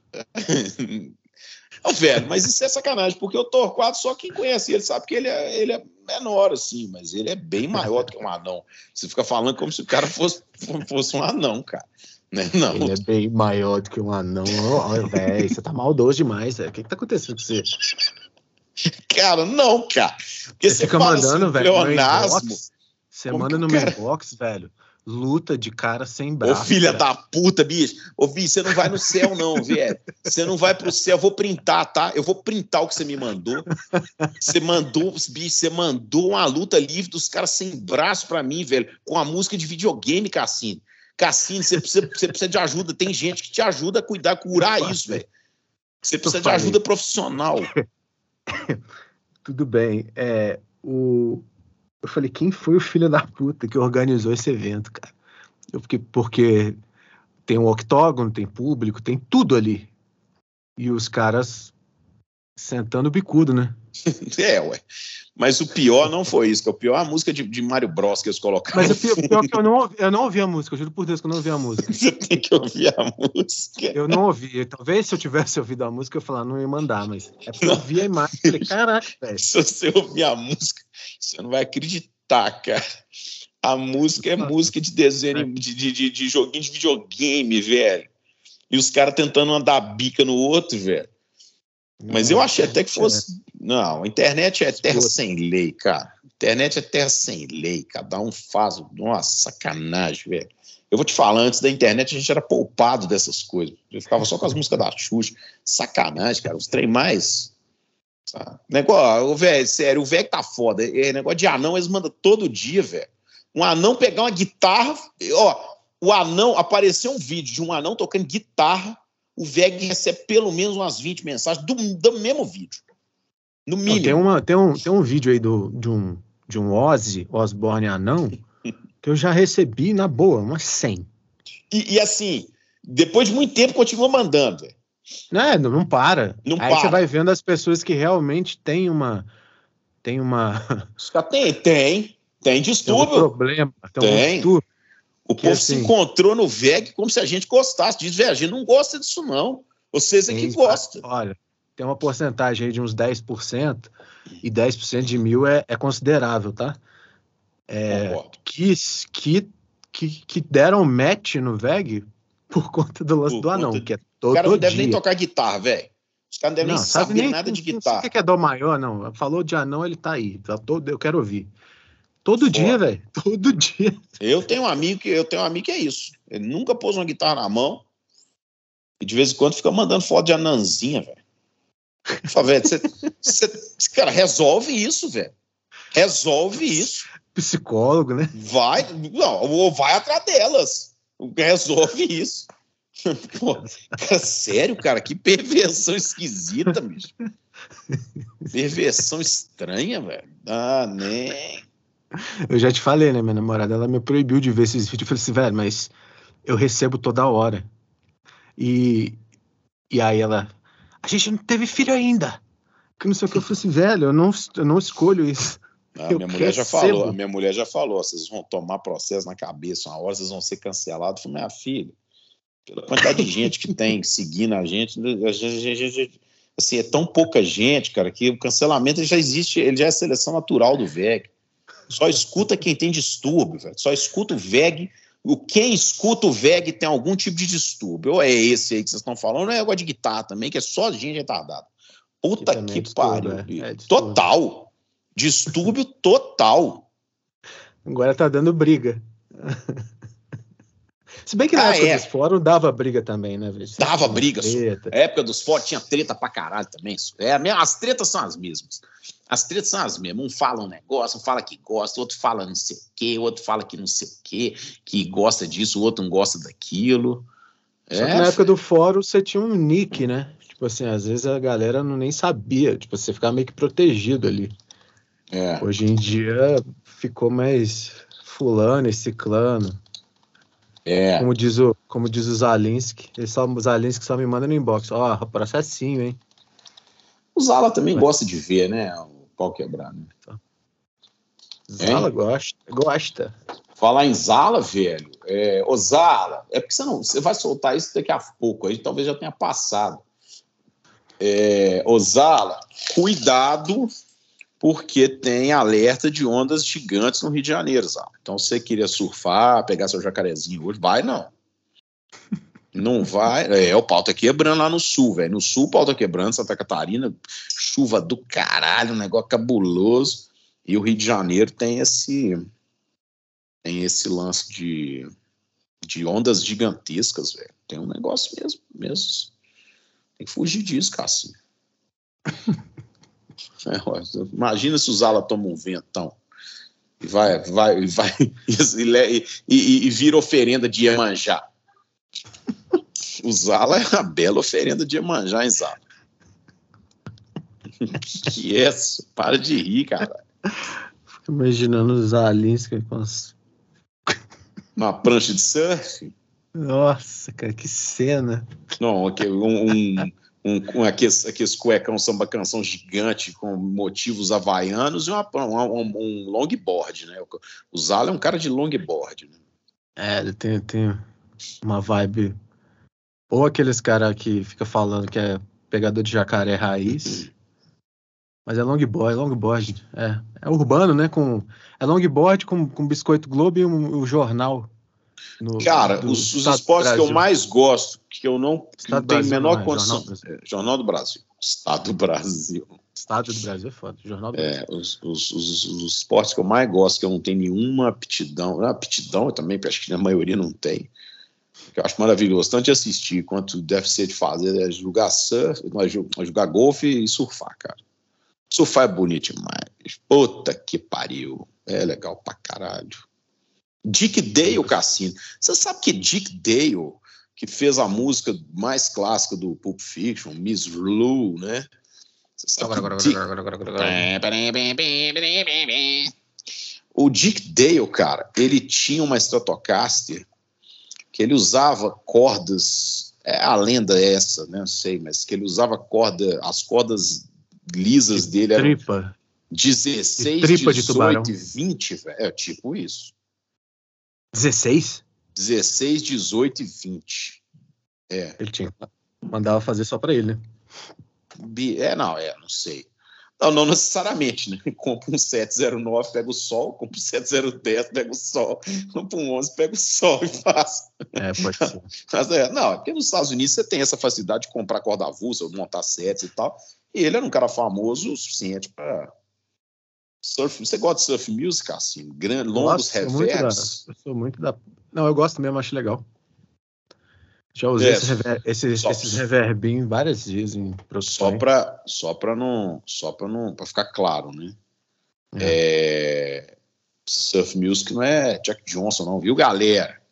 Não, velho, mas isso é sacanagem, porque o Torquato, só quem conhece ele sabe que ele é menor, assim, mas ele é bem maior do que um anão. Você fica falando como se o cara fosse um anão, cara. Né? Não. Ele é bem maior do que um anão. Velho, você tá maldoso demais, velho. O que tá acontecendo com você? Cara, não, cara. Porque você fica mandando, assim, velho, pleonasmo. Você manda no meu inbox, velho, luta de cara sem braço. Ô, filha da puta, bicho. Ô, bicho, você não vai no céu, não, velho. Você não vai pro céu. Eu vou printar, tá? Eu vou printar o que você me mandou. Você mandou, bicho, você mandou uma luta livre dos caras sem braço pra mim, velho, com a música de videogame, Cassini. Cassini, você precisa de ajuda. Tem gente que te ajuda a curar isso, velho. Você precisa de ajuda profissional. Tudo bem. Eu falei, quem foi o filho da puta que organizou esse evento, cara? Porque tem um octógono, tem público, tem tudo ali. E os caras sentando bicudo, né? Ué. Mas o pior não foi isso, que o pior é a música de Mario Bros que eles colocaram. Mas o pior é que eu não ouvi a música, eu juro por Deus que eu não ouvi a música. Você tem que ouvir a música. Eu não ouvi. Talvez se eu tivesse ouvido a música, eu ia falar, não ia mandar, mas é porque eu vi a imagem e falei, caraca, velho. Se você ouvir a música, você não vai acreditar, cara. A música é música de desenho, de joguinho de videogame, velho. E os caras tentando andar bica no outro, velho. Mas eu achei até que fosse... Não, a internet é terra sem lei, cara. A internet é terra sem lei. Cada um faz... Nossa, sacanagem, velho. Eu vou te falar, antes da internet a gente era poupado dessas coisas. Eu ficava só com as músicas da Xuxa. Sacanagem, cara. Os trem mais... Negócio, velho, sério, o velho que tá foda. Negócio de anão, eles mandam todo dia, velho. Um anão pegar uma guitarra... Ó, o anão... Apareceu um vídeo de um anão tocando guitarra. O VEG recebe pelo menos umas 20 mensagens do mesmo vídeo. No mínimo. Tem um vídeo aí de um Ozzy Osbourne anão que eu já recebi na boa, umas 100. E assim, depois de muito tempo continua mandando. Não para. Não aí para. Você vai vendo as pessoas que realmente têm uma... Tem distúrbio. Tem um problema. Tem um distúrbio. O povo se encontrou no VEG como se a gente gostasse disso. Velho, a gente não gosta disso, não. Vocês é que gostam. Olha, tem uma porcentagem aí de uns 10%, e 10% de 1.000 é considerável, tá? Que deram match no VEG por conta do lance Por do anão, conta- que é O todo cara não deve nem dia. tocar guitarra, velho. Os caras não devem Não, nem sabe saber nem nada de não sei o guitarra. que é dó maior, não. Falou de anão, ele tá aí. Eu quero ouvir. Todo dia, Foda. velho. Todo dia. Eu tenho um amigo que é isso. Ele nunca pôs uma guitarra na mão e de vez em quando fica mandando foto de anãzinha, velho. Fala, velho, cara, resolve isso, velho. Resolve isso. Psicólogo, né? Vai, não, ou vai atrás delas. Resolve isso. Pô, cara, sério, cara, que perversão esquisita, bicho. Perversão estranha, velho. Ah, nem. Eu já te falei, né? Minha namorada, ela me proibiu de ver esses vídeos. Eu falei assim, velho, mas eu recebo toda hora. E aí ela, a gente não teve filho ainda. Que não sei o que. Eu falei assim, velho, eu não escolho isso. A Eu minha mulher já falou, recebo. a minha mulher já falou, vocês vão tomar processo na cabeça, uma hora vocês vão ser cancelados. Eu falei, minha filha, pela quantidade de gente que tem seguindo a gente, assim, é tão pouca gente, cara, que o cancelamento ele já existe, ele já é seleção natural do VEG. Só escuta quem tem distúrbio, velho. Só escuta o VEG. Quem escuta o VEG tem algum tipo de distúrbio. Ou é esse aí que vocês estão falando, ou é negócio de guitarra também, que é só gente retardada. Puta também que é distúrbio, pariu. é distúrbio. Total. Distúrbio total. Agora tá dando briga. Se bem que na época dos fóruns dava briga também, né, velho? Dava briga. A época dos fóruns tinha treta pra caralho também. As tretas são as mesmas. As tretas são as mesmas. Um fala um negócio, um fala que gosta, outro fala não sei o quê, outro fala que não sei o quê, que gosta disso, o outro não gosta daquilo. Só que na época do fórum você tinha um nick, né? Tipo assim, às vezes a galera não nem sabia. Tipo, você ficava meio que protegido ali. Hoje em dia ficou mais fulano e ciclano. Como diz o Zalinski. O Zalinski só me manda no inbox. Ó, processinho, hein? O Zala também gosta de ver, né? O pau quebrar, né? Zala gosta. Falar em Zala, velho. Ô, Zala, é porque você vai soltar isso daqui a pouco. Aí talvez já tenha passado. Ô, Zala, cuidado, porque tem alerta de ondas gigantes no Rio de Janeiro, Zala. Então, se você queria surfar, pegar seu jacarezinho hoje, vai não. Não vai. O pau tá quebrando lá no sul, velho. No sul, o pau tá quebrando, Santa Catarina, chuva do caralho, um negócio cabuloso. E o Rio de Janeiro tem esse lance de ondas gigantescas, velho. Tem um negócio mesmo. Tem que fugir disso, Cassinho. Imagina se o Zala toma um ventão e vai e vira oferenda de Iemanjá. O Zala é uma bela oferenda de Iemanjá, hein, Zala? Que é isso? Para de rir, cara. Fico imaginando os Zalinski com uma prancha de surf. Nossa, cara, que cena. Não, aqueles cuecão samba canção gigante com motivos havaianos e um longboard, né? O Zala é um cara de longboard, né? Ele tem uma vibe. Ou aqueles caras que fica falando que é pegador de jacaré raiz. Mas é longboard. É urbano, né? É longboard com Biscoito Globo e o jornal. Cara, os esportes que eu mais gosto, que eu não tenho a menor condição. Jornal do Brasil. Estado do Brasil. Estado do Brasil é foda. Jornal do Brasil. Os esportes que eu mais gosto, que eu não tenho nenhuma aptidão. Aptidão eu também, acho que a maioria não tem. Que eu acho maravilhoso, tanto de assistir quanto deve ser de fazer, é jogar surf, jogar golfe e surfar, cara. Surfar é bonito demais. Puta que pariu. É legal pra caralho. Dick Dale, Cassino. Você sabe que Dick Dale, que fez a música mais clássica do Pulp Fiction, Miss Lou, né? Você sabe o Dick Dale, cara, ele tinha uma Stratocaster que ele usava cordas, a lenda é essa, né? Não sei, mas que ele usava as cordas lisas dele eram 16, 18 e 20, velho. É tipo isso. 16? 16, 18 e 20. Ele mandava fazer só pra ele, né? Não sei. Não necessariamente, né? Compra um 709, pega o sol, compra um 7010, pega o sol, compra um 11, pega o sol e faz. Pode ser. Mas, não, é porque nos Estados Unidos você tem essa facilidade de comprar corda avulsa, montar sets e tal, e ele era um cara famoso o suficiente para surf. Você gosta de surf music, assim? Longos reverbs? Eu sou muito da... Não, eu gosto mesmo, acho legal. Já usei esses reverbinhos várias vezes em produção. Só para ficar claro, né? Surf music não é Jack Johnson, não, viu, galera?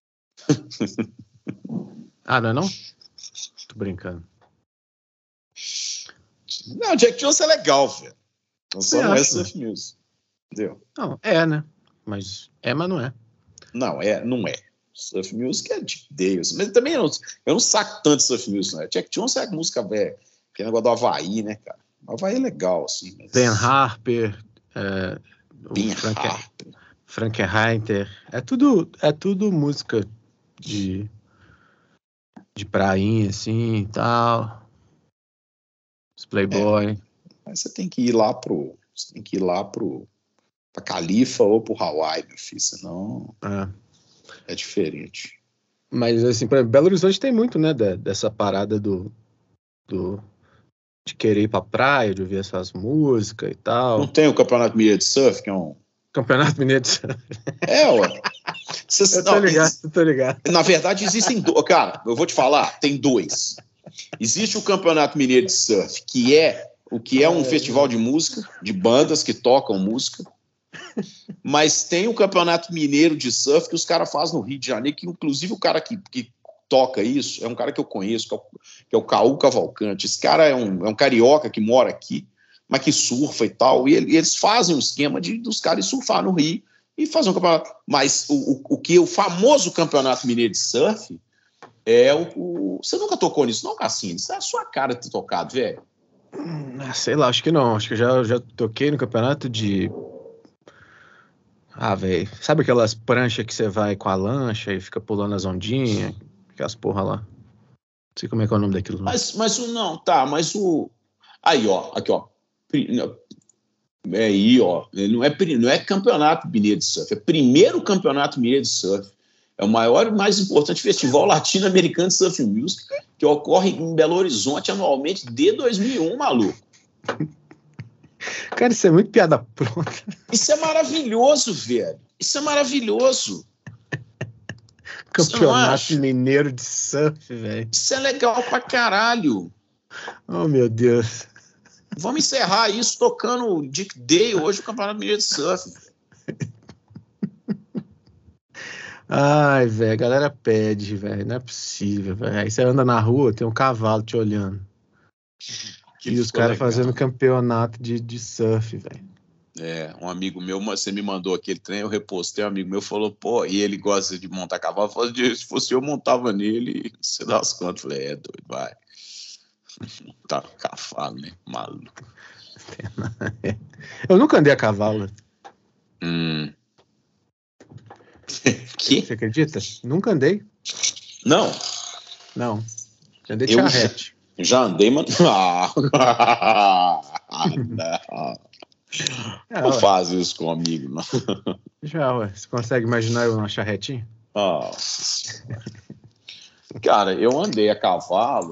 Não é não? Tô brincando. Não, Jack Johnson é legal, velho. Só não é surf music. Entendeu? Não, né? Mas não é. Não é. Surf music é Dick Dale. Mas também eu não saco tanto surf music, né? Jack Johnson é a música, velho, que é negócio do Havaí, né, cara? O Havaí é legal, assim. Mas... Ben Harper, Harper. Frankenheiter. É tudo música de prainha, assim, e tal. Os Playboy. Mas você tem que ir lá pra Califa ou pro Hawaii, meu filho, senão é diferente. Mas, assim, pra Belo Horizonte tem muito, né, dessa parada de querer ir pra praia, de ouvir essas músicas e tal. Não tem o Campeonato Mineiro de Surf, que é um... Campeonato Mineiro de Surf. Ué. Eu tô ligado. Na verdade, existem dois. Cara, eu vou te falar, tem dois. Existe o Campeonato Mineiro de Surf, que é um festival de música, de bandas que tocam música, mas tem o Campeonato Mineiro de Surf que os caras fazem no Rio de Janeiro, que inclusive o cara que toca isso é um cara que eu conheço, que é o Caú Cavalcante. Esse cara é um carioca que mora aqui, mas que surfa e tal, e eles fazem um esquema dos caras surfar no Rio e fazer um campeonato. Mas o famoso Campeonato Mineiro de Surf é você nunca tocou nisso, não, Cassino? Isso é a sua cara de ter tocado, velho. Sei lá, acho que não. Acho que eu já toquei no campeonato de... velho. Sabe aquelas pranchas que você vai com a lancha e fica pulando as ondinhas? Aquelas porra lá. Não sei como é que é o nome daquilo. Mas o... Aí, ó. Aqui, ó. Aí, ó. Não é Campeonato Mineiro de Surf. É primeiro Campeonato Mineiro de Surf. É o maior e mais importante festival latino-americano de surf music que ocorre em Belo Horizonte anualmente desde 2001, maluco. Cara, isso é muito piada pronta. Isso é maravilhoso, velho. Isso é maravilhoso. Campeonato Mineiro de Surf, velho. Isso é legal pra caralho. Oh, meu Deus. Vamos encerrar isso tocando Dick Day hoje, o Campeonato Mineiro de Surf. Ai, velho, a galera pede, velho. Não é possível, velho. Aí você anda na rua, tem um cavalo te olhando. E os caras fazendo campeonato de surf, velho. Um amigo meu, você me mandou aquele trem, eu repostei, um amigo meu falou, pô, e ele gosta de montar cavalo, falou, se fosse eu montava nele, você dá as contas. Eu falei, doido, vai. Tá com cavalo, né? Maluco. Eu nunca andei a cavalo. Que? Você acredita? Nunca andei. Não. Já andei de charrete. Já andei, mano. Não faz isso comigo, não. Já, ué. Você consegue imaginar eu numa charretinha? Cara, eu andei a cavalo,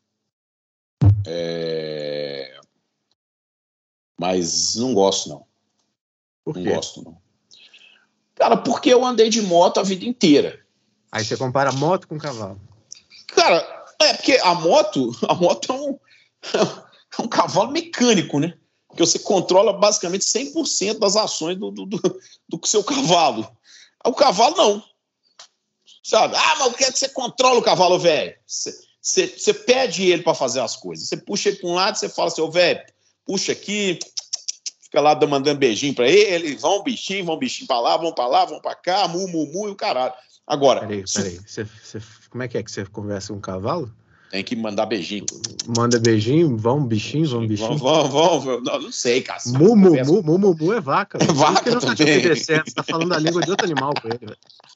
mas não gosto, não. Por quê? Não gosto, não. Cara, porque eu andei de moto a vida inteira. Aí você compara moto com cavalo. Cara, porque a moto é um cavalo mecânico, né? Porque você controla basicamente 100% das ações do seu cavalo. O cavalo não. Sabe? Mas o que é que você controla o cavalo, velho? Você pede ele para fazer as coisas. Você puxa ele para um lado e você fala assim, velho, puxa aqui, fica lá mandando beijinho para ele, vão bichinho para lá, vão para cá, mu, e o caralho. Agora... Peraí. Como é que você conversa com um cavalo? Tem que mandar beijinho. Manda beijinho, vão bichinho. Vão. Não sei, cara. Mu é vaca. É vaca não também. Tá te obedecendo, você tá falando a língua de outro animal com ele, velho.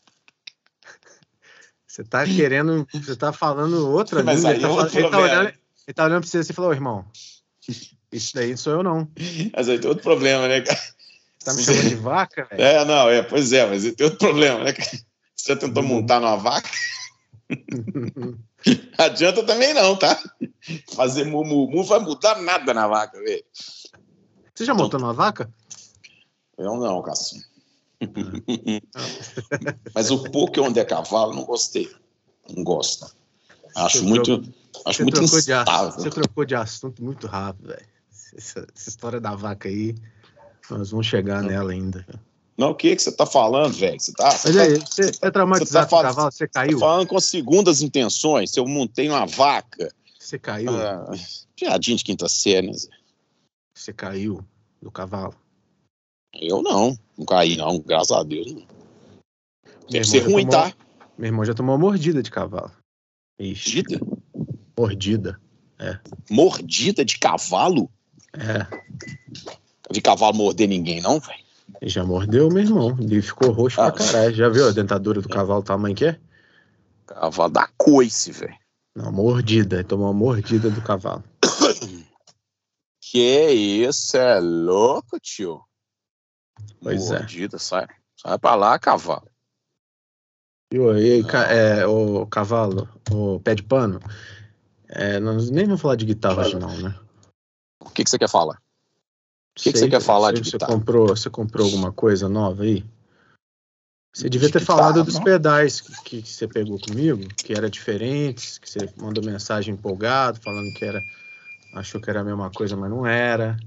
Você tá falando outra língua. Ele tá olhando pra você e falou, irmão, Isso daí não sou eu, não. Mas aí tem outro problema, né, cara? Tá me chamando de vaca, velho? Não, pois é, mas tem outro problema, né, cara? Você já tentou montar numa vaca? Adianta também não, tá? Fazer mumu vai mudar nada na vaca, velho. Você já montou numa vaca? Eu não, Cassim. Mas o pouco que eu andei a cavalo, não gostei. Não gosto. Acho muito instável. Você trocou de assunto muito rápido, velho. Essa história da vaca aí, nós vamos chegar nela ainda. Não, o que você tá falando, velho? Você é traumatizado com o cavalo? Você caiu? Tá falando com segundas intenções. Se eu montei uma vaca... Você caiu? Piadinha de quinta série, né? Você caiu do cavalo? Eu não caí, não. Graças a Deus. Não. Deve ser ruim, tá? Meu irmão já tomou mordida de cavalo. Ixi. Mordida? É. Mordida de cavalo? É. Eu vi cavalo morder ninguém, não, velho? Ele já mordeu meu irmão. Ele ficou roxo pra caralho. Já viu a dentadura do cavalo, o tamanho que é? Cavalo da coice, velho. Não, mordida. Ele tomou uma mordida do cavalo. Que isso? É louco, tio? Pois mordida, sai pra lá, cavalo. E o cavalo, o pé de pano, nós nem vamos falar de guitarra hoje não, né? O que você quer falar? O que você quer falar de guitarra? Você comprou alguma coisa nova aí? Você devia ter falado dos pedais que você pegou comigo, que era diferentes, que você mandou mensagem empolgado, falando que achou que era a mesma coisa, mas não era.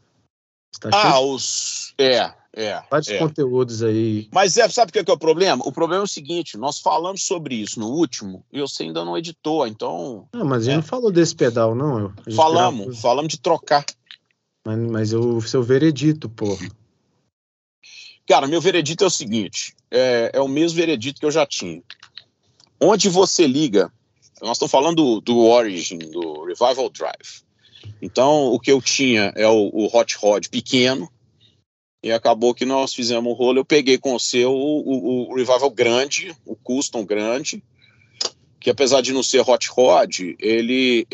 Vários conteúdos aí. Mas sabe o que é o problema? O problema é o seguinte, nós falamos sobre isso no último e você ainda não editou, então... Não, mas a gente não falou desse pedal, não. Falamos de trocar. Mas o seu veredito, pô. Cara, meu veredito é o seguinte, é o mesmo veredito que eu já tinha. Onde você liga, nós estamos falando do Origin, do Revival Drive. Então, o que eu tinha é o Hot Rod pequeno, e acabou que nós fizemos o rolo, eu peguei com o Revival grande, o Custom grande, que apesar de não ser Hot Rod, ele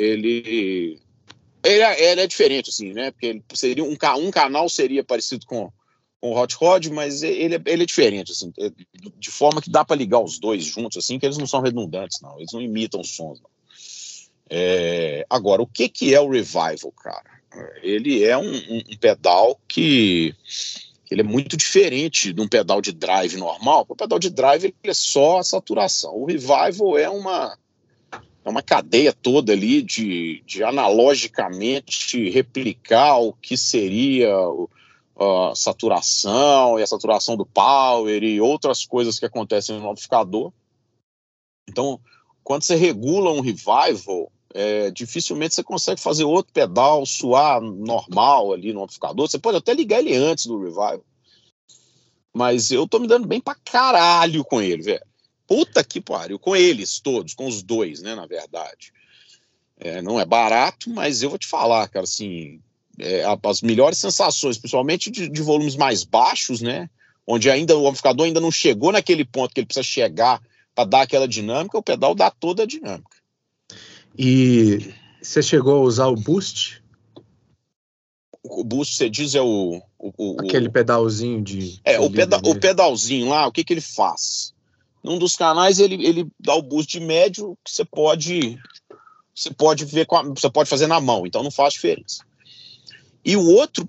é diferente, assim, né? Porque ele seria um canal seria parecido com o Hot Rod, mas ele é diferente, assim, de forma que dá para ligar os dois juntos, assim, que eles não são redundantes, não, eles não imitam sons, não. Agora, o que é o Revival, cara? Ele é um pedal que ele é muito diferente de um pedal de drive normal. O pedal de drive ele é só a saturação. O Revival é uma cadeia toda ali de analogicamente replicar o que seria a saturação e a saturação do power e outras coisas que acontecem no amplificador. Então, quando você regula um Revival, dificilmente você consegue fazer outro pedal soar normal ali no amplificador. Você pode até ligar ele antes do Revival. Mas eu tô me dando bem pra caralho com ele, velho. Puta que pariu. Com eles todos, com os dois, né, na verdade. Não é barato, mas eu vou te falar, cara, assim, as melhores sensações, principalmente de volumes mais baixos, né, onde ainda o amplificador ainda não chegou naquele ponto que ele precisa chegar para dar aquela dinâmica, o pedal dá toda a dinâmica. E você chegou a usar o boost? O boost, você diz, aquele pedalzinho de... o pedalzinho lá, o que ele faz? Num dos canais, ele dá o boost de médio que você pode ver você pode fazer na mão, então não faz diferença. E o outro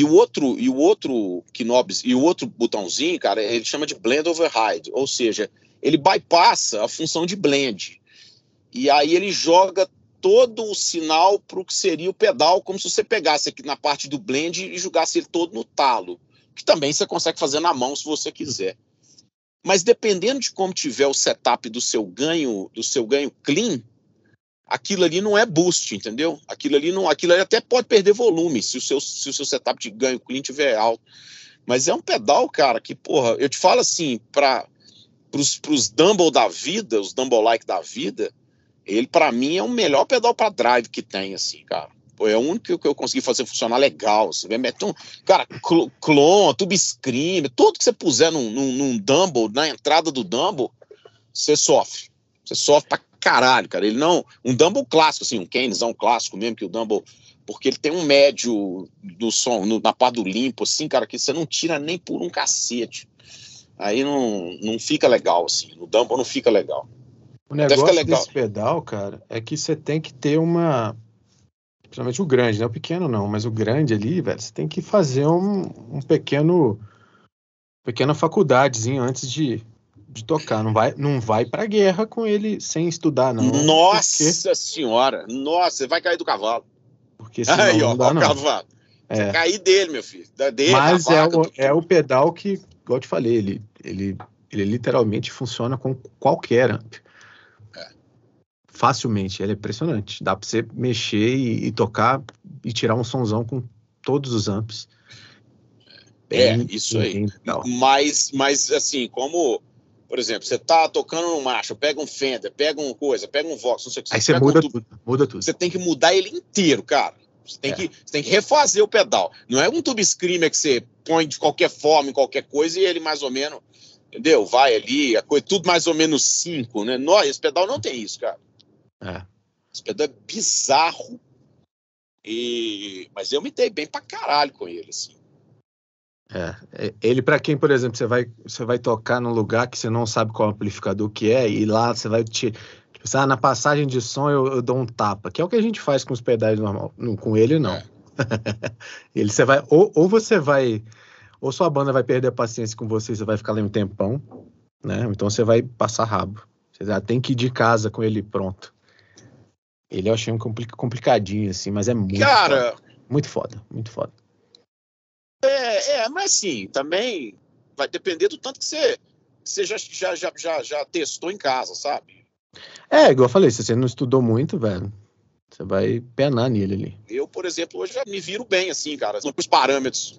knobs e o outro botãozinho, cara, ele chama de blend override, ou seja, ele bypassa a função de blend. E aí ele joga todo o sinal para o que seria o pedal, como se você pegasse aqui na parte do blend e jogasse ele todo no talo, que também você consegue fazer na mão se você quiser. Mas dependendo de como tiver o setup do seu ganho clean, aquilo ali não é boost, entendeu? Aquilo ali até pode perder volume se o seu setup de ganho clean tiver alto. Mas é um pedal, cara, que, porra, eu te falo assim, pros Dumble da vida, os Dumble-like da vida, ele, pra mim, é o melhor pedal pra drive que tem, assim, cara. Pô, é o único que eu consegui fazer funcionar legal. Você vê, cara, clone, tube scream, tudo que você puser num Dumble, na entrada do Dumble, você sofre. Você sofre pra caralho, cara. Ele não... Um Dumble clássico, assim, um Keynezão clássico mesmo, que o Dumble... Porque ele tem um médio do som, na parte do limpo, assim, cara, que você não tira nem por um cacete. Aí não fica legal, assim. No Dumble não fica legal. O negócio desse pedal, cara, é que você tem que ter uma... Principalmente o grande, né? O pequeno não, mas o grande ali, velho, você tem que fazer um pequena faculdadezinha antes de tocar. Não vai pra guerra com ele sem estudar, não. Nossa senhora! Nossa, você vai cair do cavalo. Porque senão aí, não dá, não. Cavalo. Você cair dele, meu filho. Dele, mas é o pedal que, igual eu te falei, ele literalmente funciona com qualquer amp. Facilmente, ele é impressionante. Dá pra você mexer e tocar e tirar um sonzão com todos os amps. Isso aí. Mas assim, como, por exemplo, você tá tocando no Marshall, pega um Fender, pega uma coisa, pega um Vox, não sei o que. Aí você muda tudo. Você tem que mudar ele inteiro, cara. Você tem que refazer o pedal. Não é um tube screamer que você põe de qualquer forma, em qualquer coisa, e ele mais ou menos, entendeu? Vai ali, a coisa, tudo mais ou menos 5, né? Esse pedal não tem isso, cara. Esse pedal é bizarro. Mas eu me dei bem pra caralho com ele, assim. Ele, pra quem, por exemplo, você vai tocar num lugar que você não sabe qual amplificador que é, e lá você vai na passagem de som eu dou um tapa, que é o que a gente faz com os pedais normal. Com ele, não. Ele, você vai, ou você vai, ou sua banda vai perder a paciência com você vai ficar ali um tempão, né? Então você vai passar rabo. Você já tem que ir de casa com ele pronto. Ele eu achei um complicadinho, assim, mas é muito foda. Muito foda, muito foda. Mas assim, também vai depender do tanto que você já testou em casa, sabe? Igual eu falei, se você não estudou muito, velho, você vai penar nele ali. Eu, por exemplo, hoje já me viro bem, assim, cara, com os parâmetros.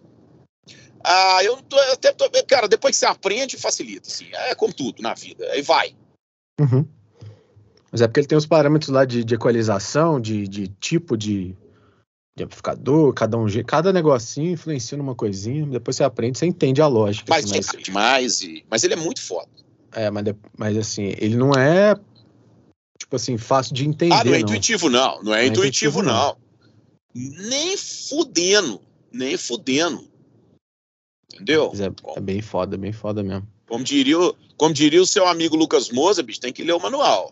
Cara, depois que você aprende, facilita, assim. É como tudo na vida, aí vai. Uhum. Mas é porque ele tem os parâmetros lá de equalização, de tipo de amplificador, cada negocinho influencia numa coisinha, depois você aprende, você entende a lógica. Mas ele é muito foda. Mas assim, ele não é, tipo assim, fácil de entender. Não é intuitivo, não. Não é intuitivo, não. Nem fudendo. Entendeu? Mas é bem foda mesmo. Como diria o seu amigo Lucas Moza, bicho, tem que ler o manual.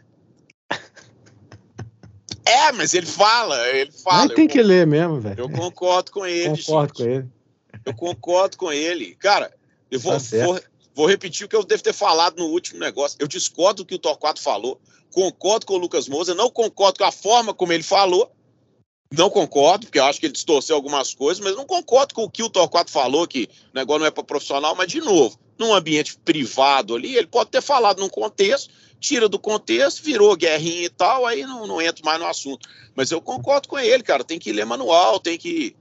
Mas ele fala. Mas tem que ler mesmo, velho. Eu concordo com ele, Eu concordo com ele. Cara, eu vou repetir o que eu devo ter falado no último negócio. Eu discordo do que o Torquato falou. Concordo com o Lucas Moza. Não concordo com a forma como ele falou. Não concordo, porque eu acho que ele distorceu algumas coisas, mas não concordo com o que o Torquato falou, que o negócio não é para profissional, mas, de novo, num ambiente privado ali, ele pode ter falado num contexto, tira do contexto, virou guerrinha e tal, aí não entro mais no assunto. Mas eu concordo com ele, cara, tem que ler manual, tem que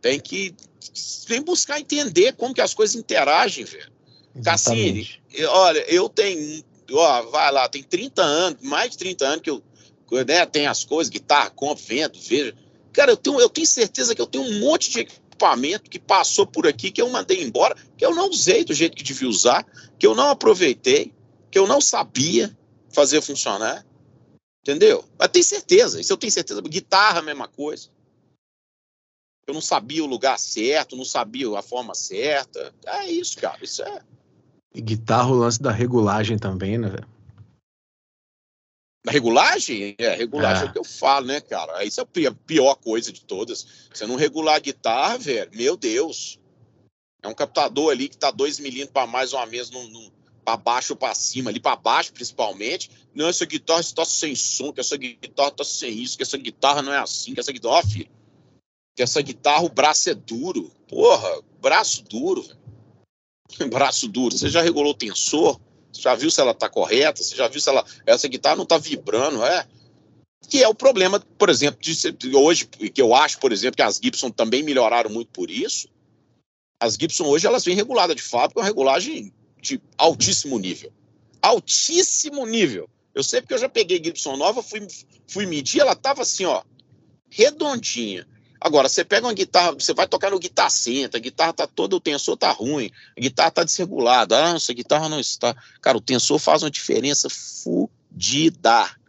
buscar entender como que as coisas interagem, velho. Cassini, olha, eu tenho, vai lá, tem 30 anos, mais de 30 anos que eu tenho as coisas, guitarra, compro, vendo, vejo. Cara, eu tenho certeza que eu tenho um monte de equipamento que passou por aqui, que eu mandei embora, que eu não usei do jeito que devia usar, que eu não aproveitei, que eu não sabia fazer funcionar. Entendeu? Mas tenho certeza, isso eu tenho certeza. Guitarra, a mesma coisa. Eu não sabia o lugar certo, não sabia a forma certa. É isso, cara, isso é. E guitarra, o lance da regulagem também, né, velho? Da regulagem? Regulagem é o que eu falo, né, cara? Isso é a pior coisa de todas. Você não regular a guitarra, velho, meu Deus. É um captador ali que tá 2 milímetros para mais ou menos para baixo ou para cima, ali para baixo principalmente. Não, essa guitarra está sem som, que essa guitarra está sem isso, que essa guitarra não é assim, que essa guitarra, filho, que essa guitarra o braço é duro. Porra, braço duro, velho. Braço duro. Você já regulou o tensor? Você já viu se ela está correta? Você já viu se essa guitarra não está vibrando? Que é o problema, por exemplo, hoje, que eu acho, por exemplo, que as Gibson também melhoraram muito por isso. As Gibson hoje, elas vêm reguladas de fábrica, uma regulagem de altíssimo nível. Altíssimo nível. Eu sei porque eu já peguei Gibson nova, fui medir, ela estava assim, ó, redondinha. Agora, você pega uma guitarra, você vai tocar no Guitar Center, a guitarra tá toda, o tensor tá ruim, a guitarra tá desregulada, essa guitarra não está... Cara, o tensor faz uma diferença fudida.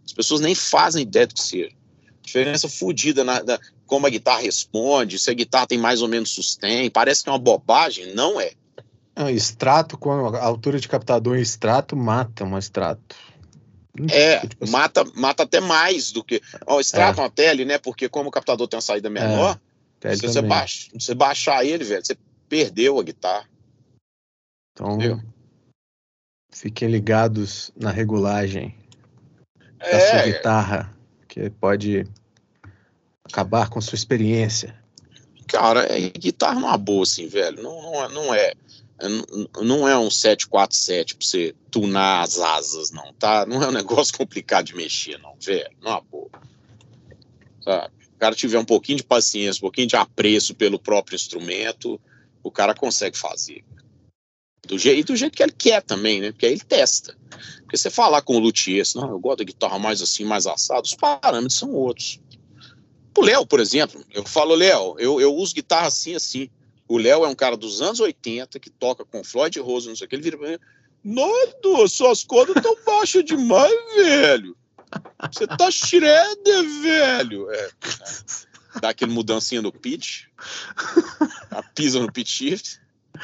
As pessoas nem fazem ideia do que seja. Diferença fodida como a guitarra responde, se a guitarra tem mais ou menos sustain. Parece que é uma bobagem, não é. Extrato, com a altura de captador em extrato, mata um extrato. Tipo assim. mata até mais do que... O extrato é uma tele, né? Porque como o captador tem uma saída menor, se você baixar ele, velho, você perdeu a guitarra. Então, entendeu? Fiquem ligados na regulagem da sua guitarra, que pode acabar com sua experiência. Cara, guitarra não é boa assim, velho. Não é um 747 pra você tunar as asas, não, tá? Não é um negócio complicado de mexer, não, velho. Não é boa. Sabe? O cara tiver um pouquinho de paciência, um pouquinho de apreço pelo próprio instrumento, o cara consegue fazer. Do jeito que ele quer também, né? Porque aí ele testa. Porque você falar com o luthier, não, eu gosto da guitarra mais assim, mais assado, os parâmetros são outros. O Léo, por exemplo, eu falo, Léo, eu uso guitarra assim. O Léo é um cara dos anos 80 que toca com Floyd Rose, não sei o que, ele vira pra mim, Nando, suas cordas estão baixas demais, velho. Você tá shredder, velho. Dá aquele mudancinha no pitch, pisa no pitch shift.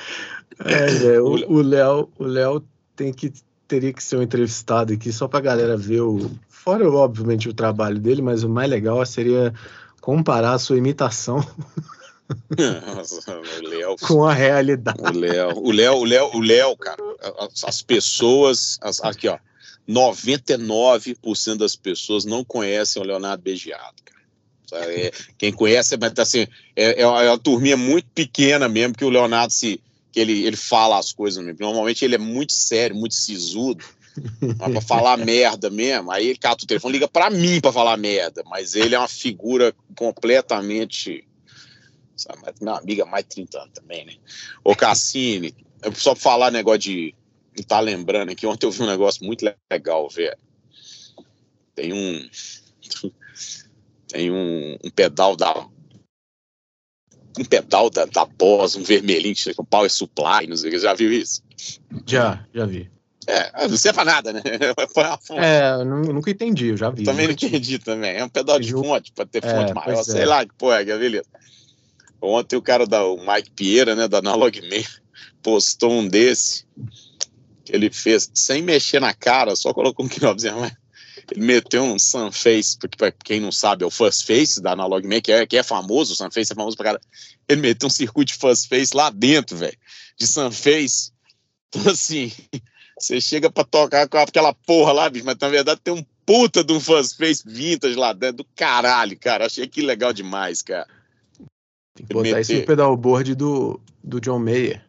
O Léo teria que ser um entrevistado aqui só pra galera ver fora, obviamente, o trabalho dele, mas o mais legal seria comparar a sua imitação com a realidade. O Léo, cara, as pessoas, aqui, ó, 99% das pessoas não conhecem o Leonardo Begiado, cara. Quem conhece, mas assim, é uma turminha muito pequena mesmo, que o Leonardo que ele fala as coisas mesmo. Normalmente ele é muito sério, muito sisudo, pra falar merda mesmo. Aí ele cata o telefone, liga pra mim pra falar merda, mas ele é uma figura completamente... Sabe, minha amiga, mais de 30 anos também, né? Ô Cassini, só pra falar negócio de... Não tá lembrando aqui, ontem eu vi um negócio muito legal, velho. Tem um pedal da Boss, um vermelhinho, que o Power Supply, não sei o que, já viu isso? Já vi. Não serve pra nada, né? Eu nunca entendi, eu já vi. Também não entendi também. É um pedal de fonte, pra ter fonte maior, sei lá, que porra, beleza. Ontem o cara o Mike Pieira, né, da Analog Man, postou um desse, que ele fez sem mexer na cara, só colocou um quilômetro, mas ele meteu um Sunface, porque pra quem não sabe é o Fuzz Face da Analog Man, que é famoso, o Sunface é famoso pra cara. Ele meteu um circuito de Fuzz Face lá dentro, velho, de Sunface. Então assim, você chega pra tocar com aquela porra lá, bicho, mas na verdade tem um puta de um Fuzz Face vintage lá dentro, do caralho, cara. Achei que legal demais, cara. Tem que botar isso no pedalboard do John Mayer.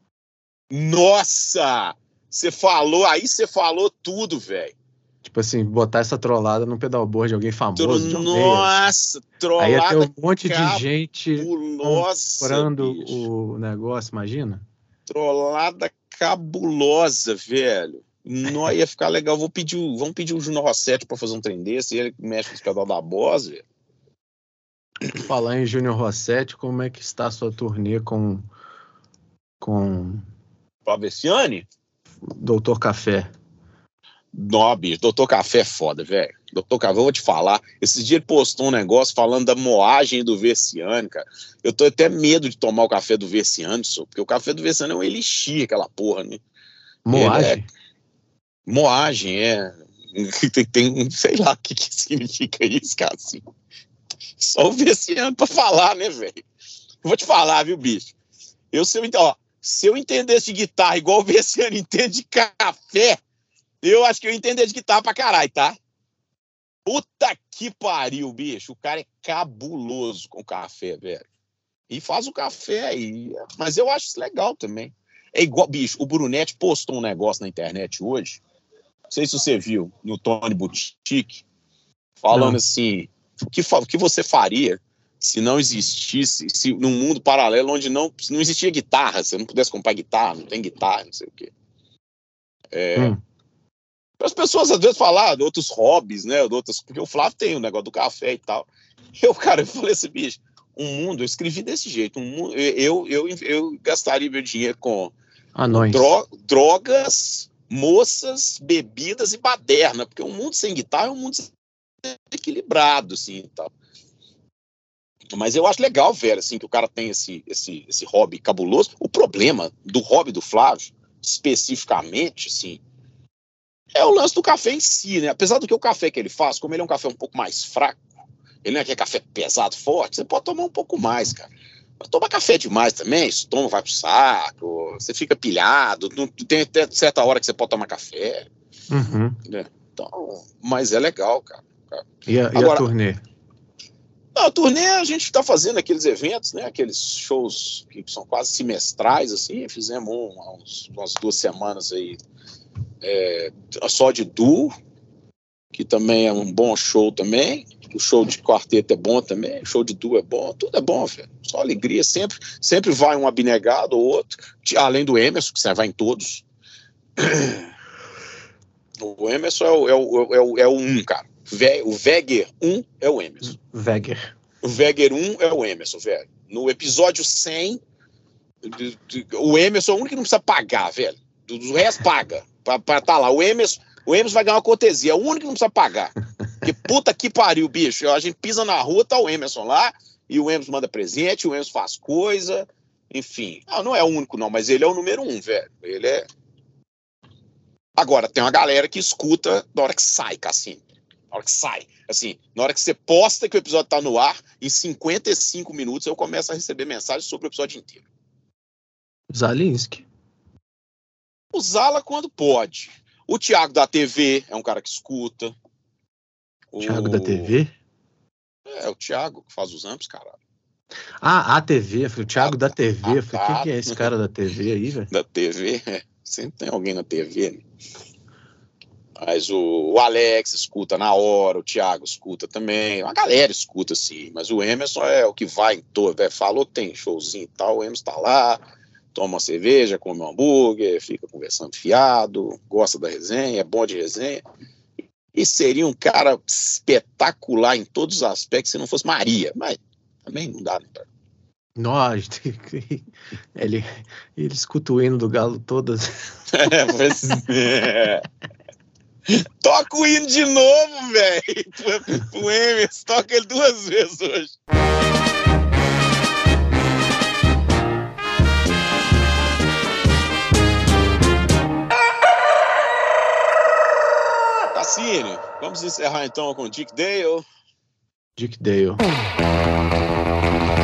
Nossa! Você falou tudo, velho. Tipo assim, botar essa trollada no pedalboard de alguém famoso, John Mayer. Nossa, trollada. Aí ia ter um monte de gente comprando bicho. o negócio, imagina? Trollada cabulosa, velho. Não ia ficar legal. Vamos pedir o Júnior Rossetti pra fazer um trem desse, e ele mexe com os pedal da Boss, velho. Falar em Júnior Rossetti, como é que está a sua turnê com Pavessiani? Doutor Café? Não, bicho, Doutor Café é foda, velho. Doutor Café, eu vou te falar. Esse dia ele postou um negócio falando da moagem do Versiani, cara. Eu tô até medo de tomar o café do Versiani, porque o café do Versiani é um elixir, aquela porra, né? Moagem? Moagem, tem sei lá o que significa isso, cara, assim. Só o Versiani pra falar, né, velho? Vou te falar, viu, bicho? Se eu entendesse de guitarra igual o Versiani entende de café, eu acho que eu entender de guitarra pra caralho, tá? Puta que pariu, bicho. O cara é cabuloso com café, velho. E faz o café aí. Mas eu acho isso legal também. É igual, bicho, o Brunetti postou um negócio na internet hoje. Não sei se você viu, no Tony Boutique, falando assim, o que você faria se não existisse, se num mundo paralelo onde não existia guitarra, se você não pudesse comprar guitarra, não tem guitarra, não sei o quê. As pessoas às vezes falam de outros hobbies, né? Porque o Flávio tem o negócio do café e tal. Eu falei assim, bicho, eu escrevi desse jeito, eu gastaria meu dinheiro com drogas, moças, bebidas e baderna, porque um mundo sem guitarra é um mundo equilibrado, assim, e tal. Mas eu acho legal, velho, assim, que o cara tem esse hobby cabuloso. O problema do hobby do Flávio, especificamente, assim, é o lance do café em si, né? Apesar do que o café que ele faz, como ele é um café um pouco mais fraco, ele não é aquele café pesado, forte, você pode tomar um pouco mais, cara. Mas tomar café demais também, estômago vai pro saco, você fica pilhado, não tem até certa hora que você pode tomar café. Uhum. Né? Então, mas é legal, cara. E a turnê? A turnê a gente está fazendo aqueles eventos, né? Aqueles shows que são quase semestrais, assim. Fizemos umas 2 semanas aí só de duo, que também é um bom show também. O show de quarteto é bom também, o show de duo é bom, tudo é bom, velho. Só alegria, sempre vai um abnegado ou outro, além do Emerson, que você vai em todos. O Emerson é o 1, cara. O Veger 1 é o Emerson. Veger. O Veger 1 é o Emerson, velho. No episódio 100, o Emerson é o único que não precisa pagar, velho. Do resto paga. Pra tá lá. O Emerson vai ganhar uma cortesia. É o único que não precisa pagar. Porque puta que pariu, bicho. A gente pisa na rua, tá o Emerson lá, e o Emerson manda presente, o Emerson faz coisa. Enfim. Não é o único, não, mas ele é o número 1, velho. Ele é. Agora, tem uma galera que escuta na hora que sai, Cassino. Na hora que sai. Assim, na hora que você posta que o episódio tá no ar, em 55 minutos eu começo a receber mensagens sobre o episódio inteiro. Zalinski. O Zala quando pode. O Thiago da TV é um cara que escuta. Thiago da TV? É, o Thiago que faz os amps, caralho. A TV, o Thiago da TV. Quem é esse cara da TV aí, velho? Da TV? Sempre tem alguém na TV, né? Mas o Alex escuta na hora, o Thiago escuta também, a galera escuta sim, mas o Emerson é o que vai em todo, falou que tem showzinho e tal, o Emerson tá lá, toma uma cerveja, come um hambúrguer, fica conversando fiado, gosta da resenha, é bom de resenha, e seria um cara espetacular em todos os aspectos se não fosse Maria, mas também não dá, né? Nós, ele escuta o hino do Galo todas. Pois é. Toca o hino de novo, velho. O Emerson, toca ele 2 vezes hoje. Cassini, vamos encerrar então com Dick Dale. Dick Dale.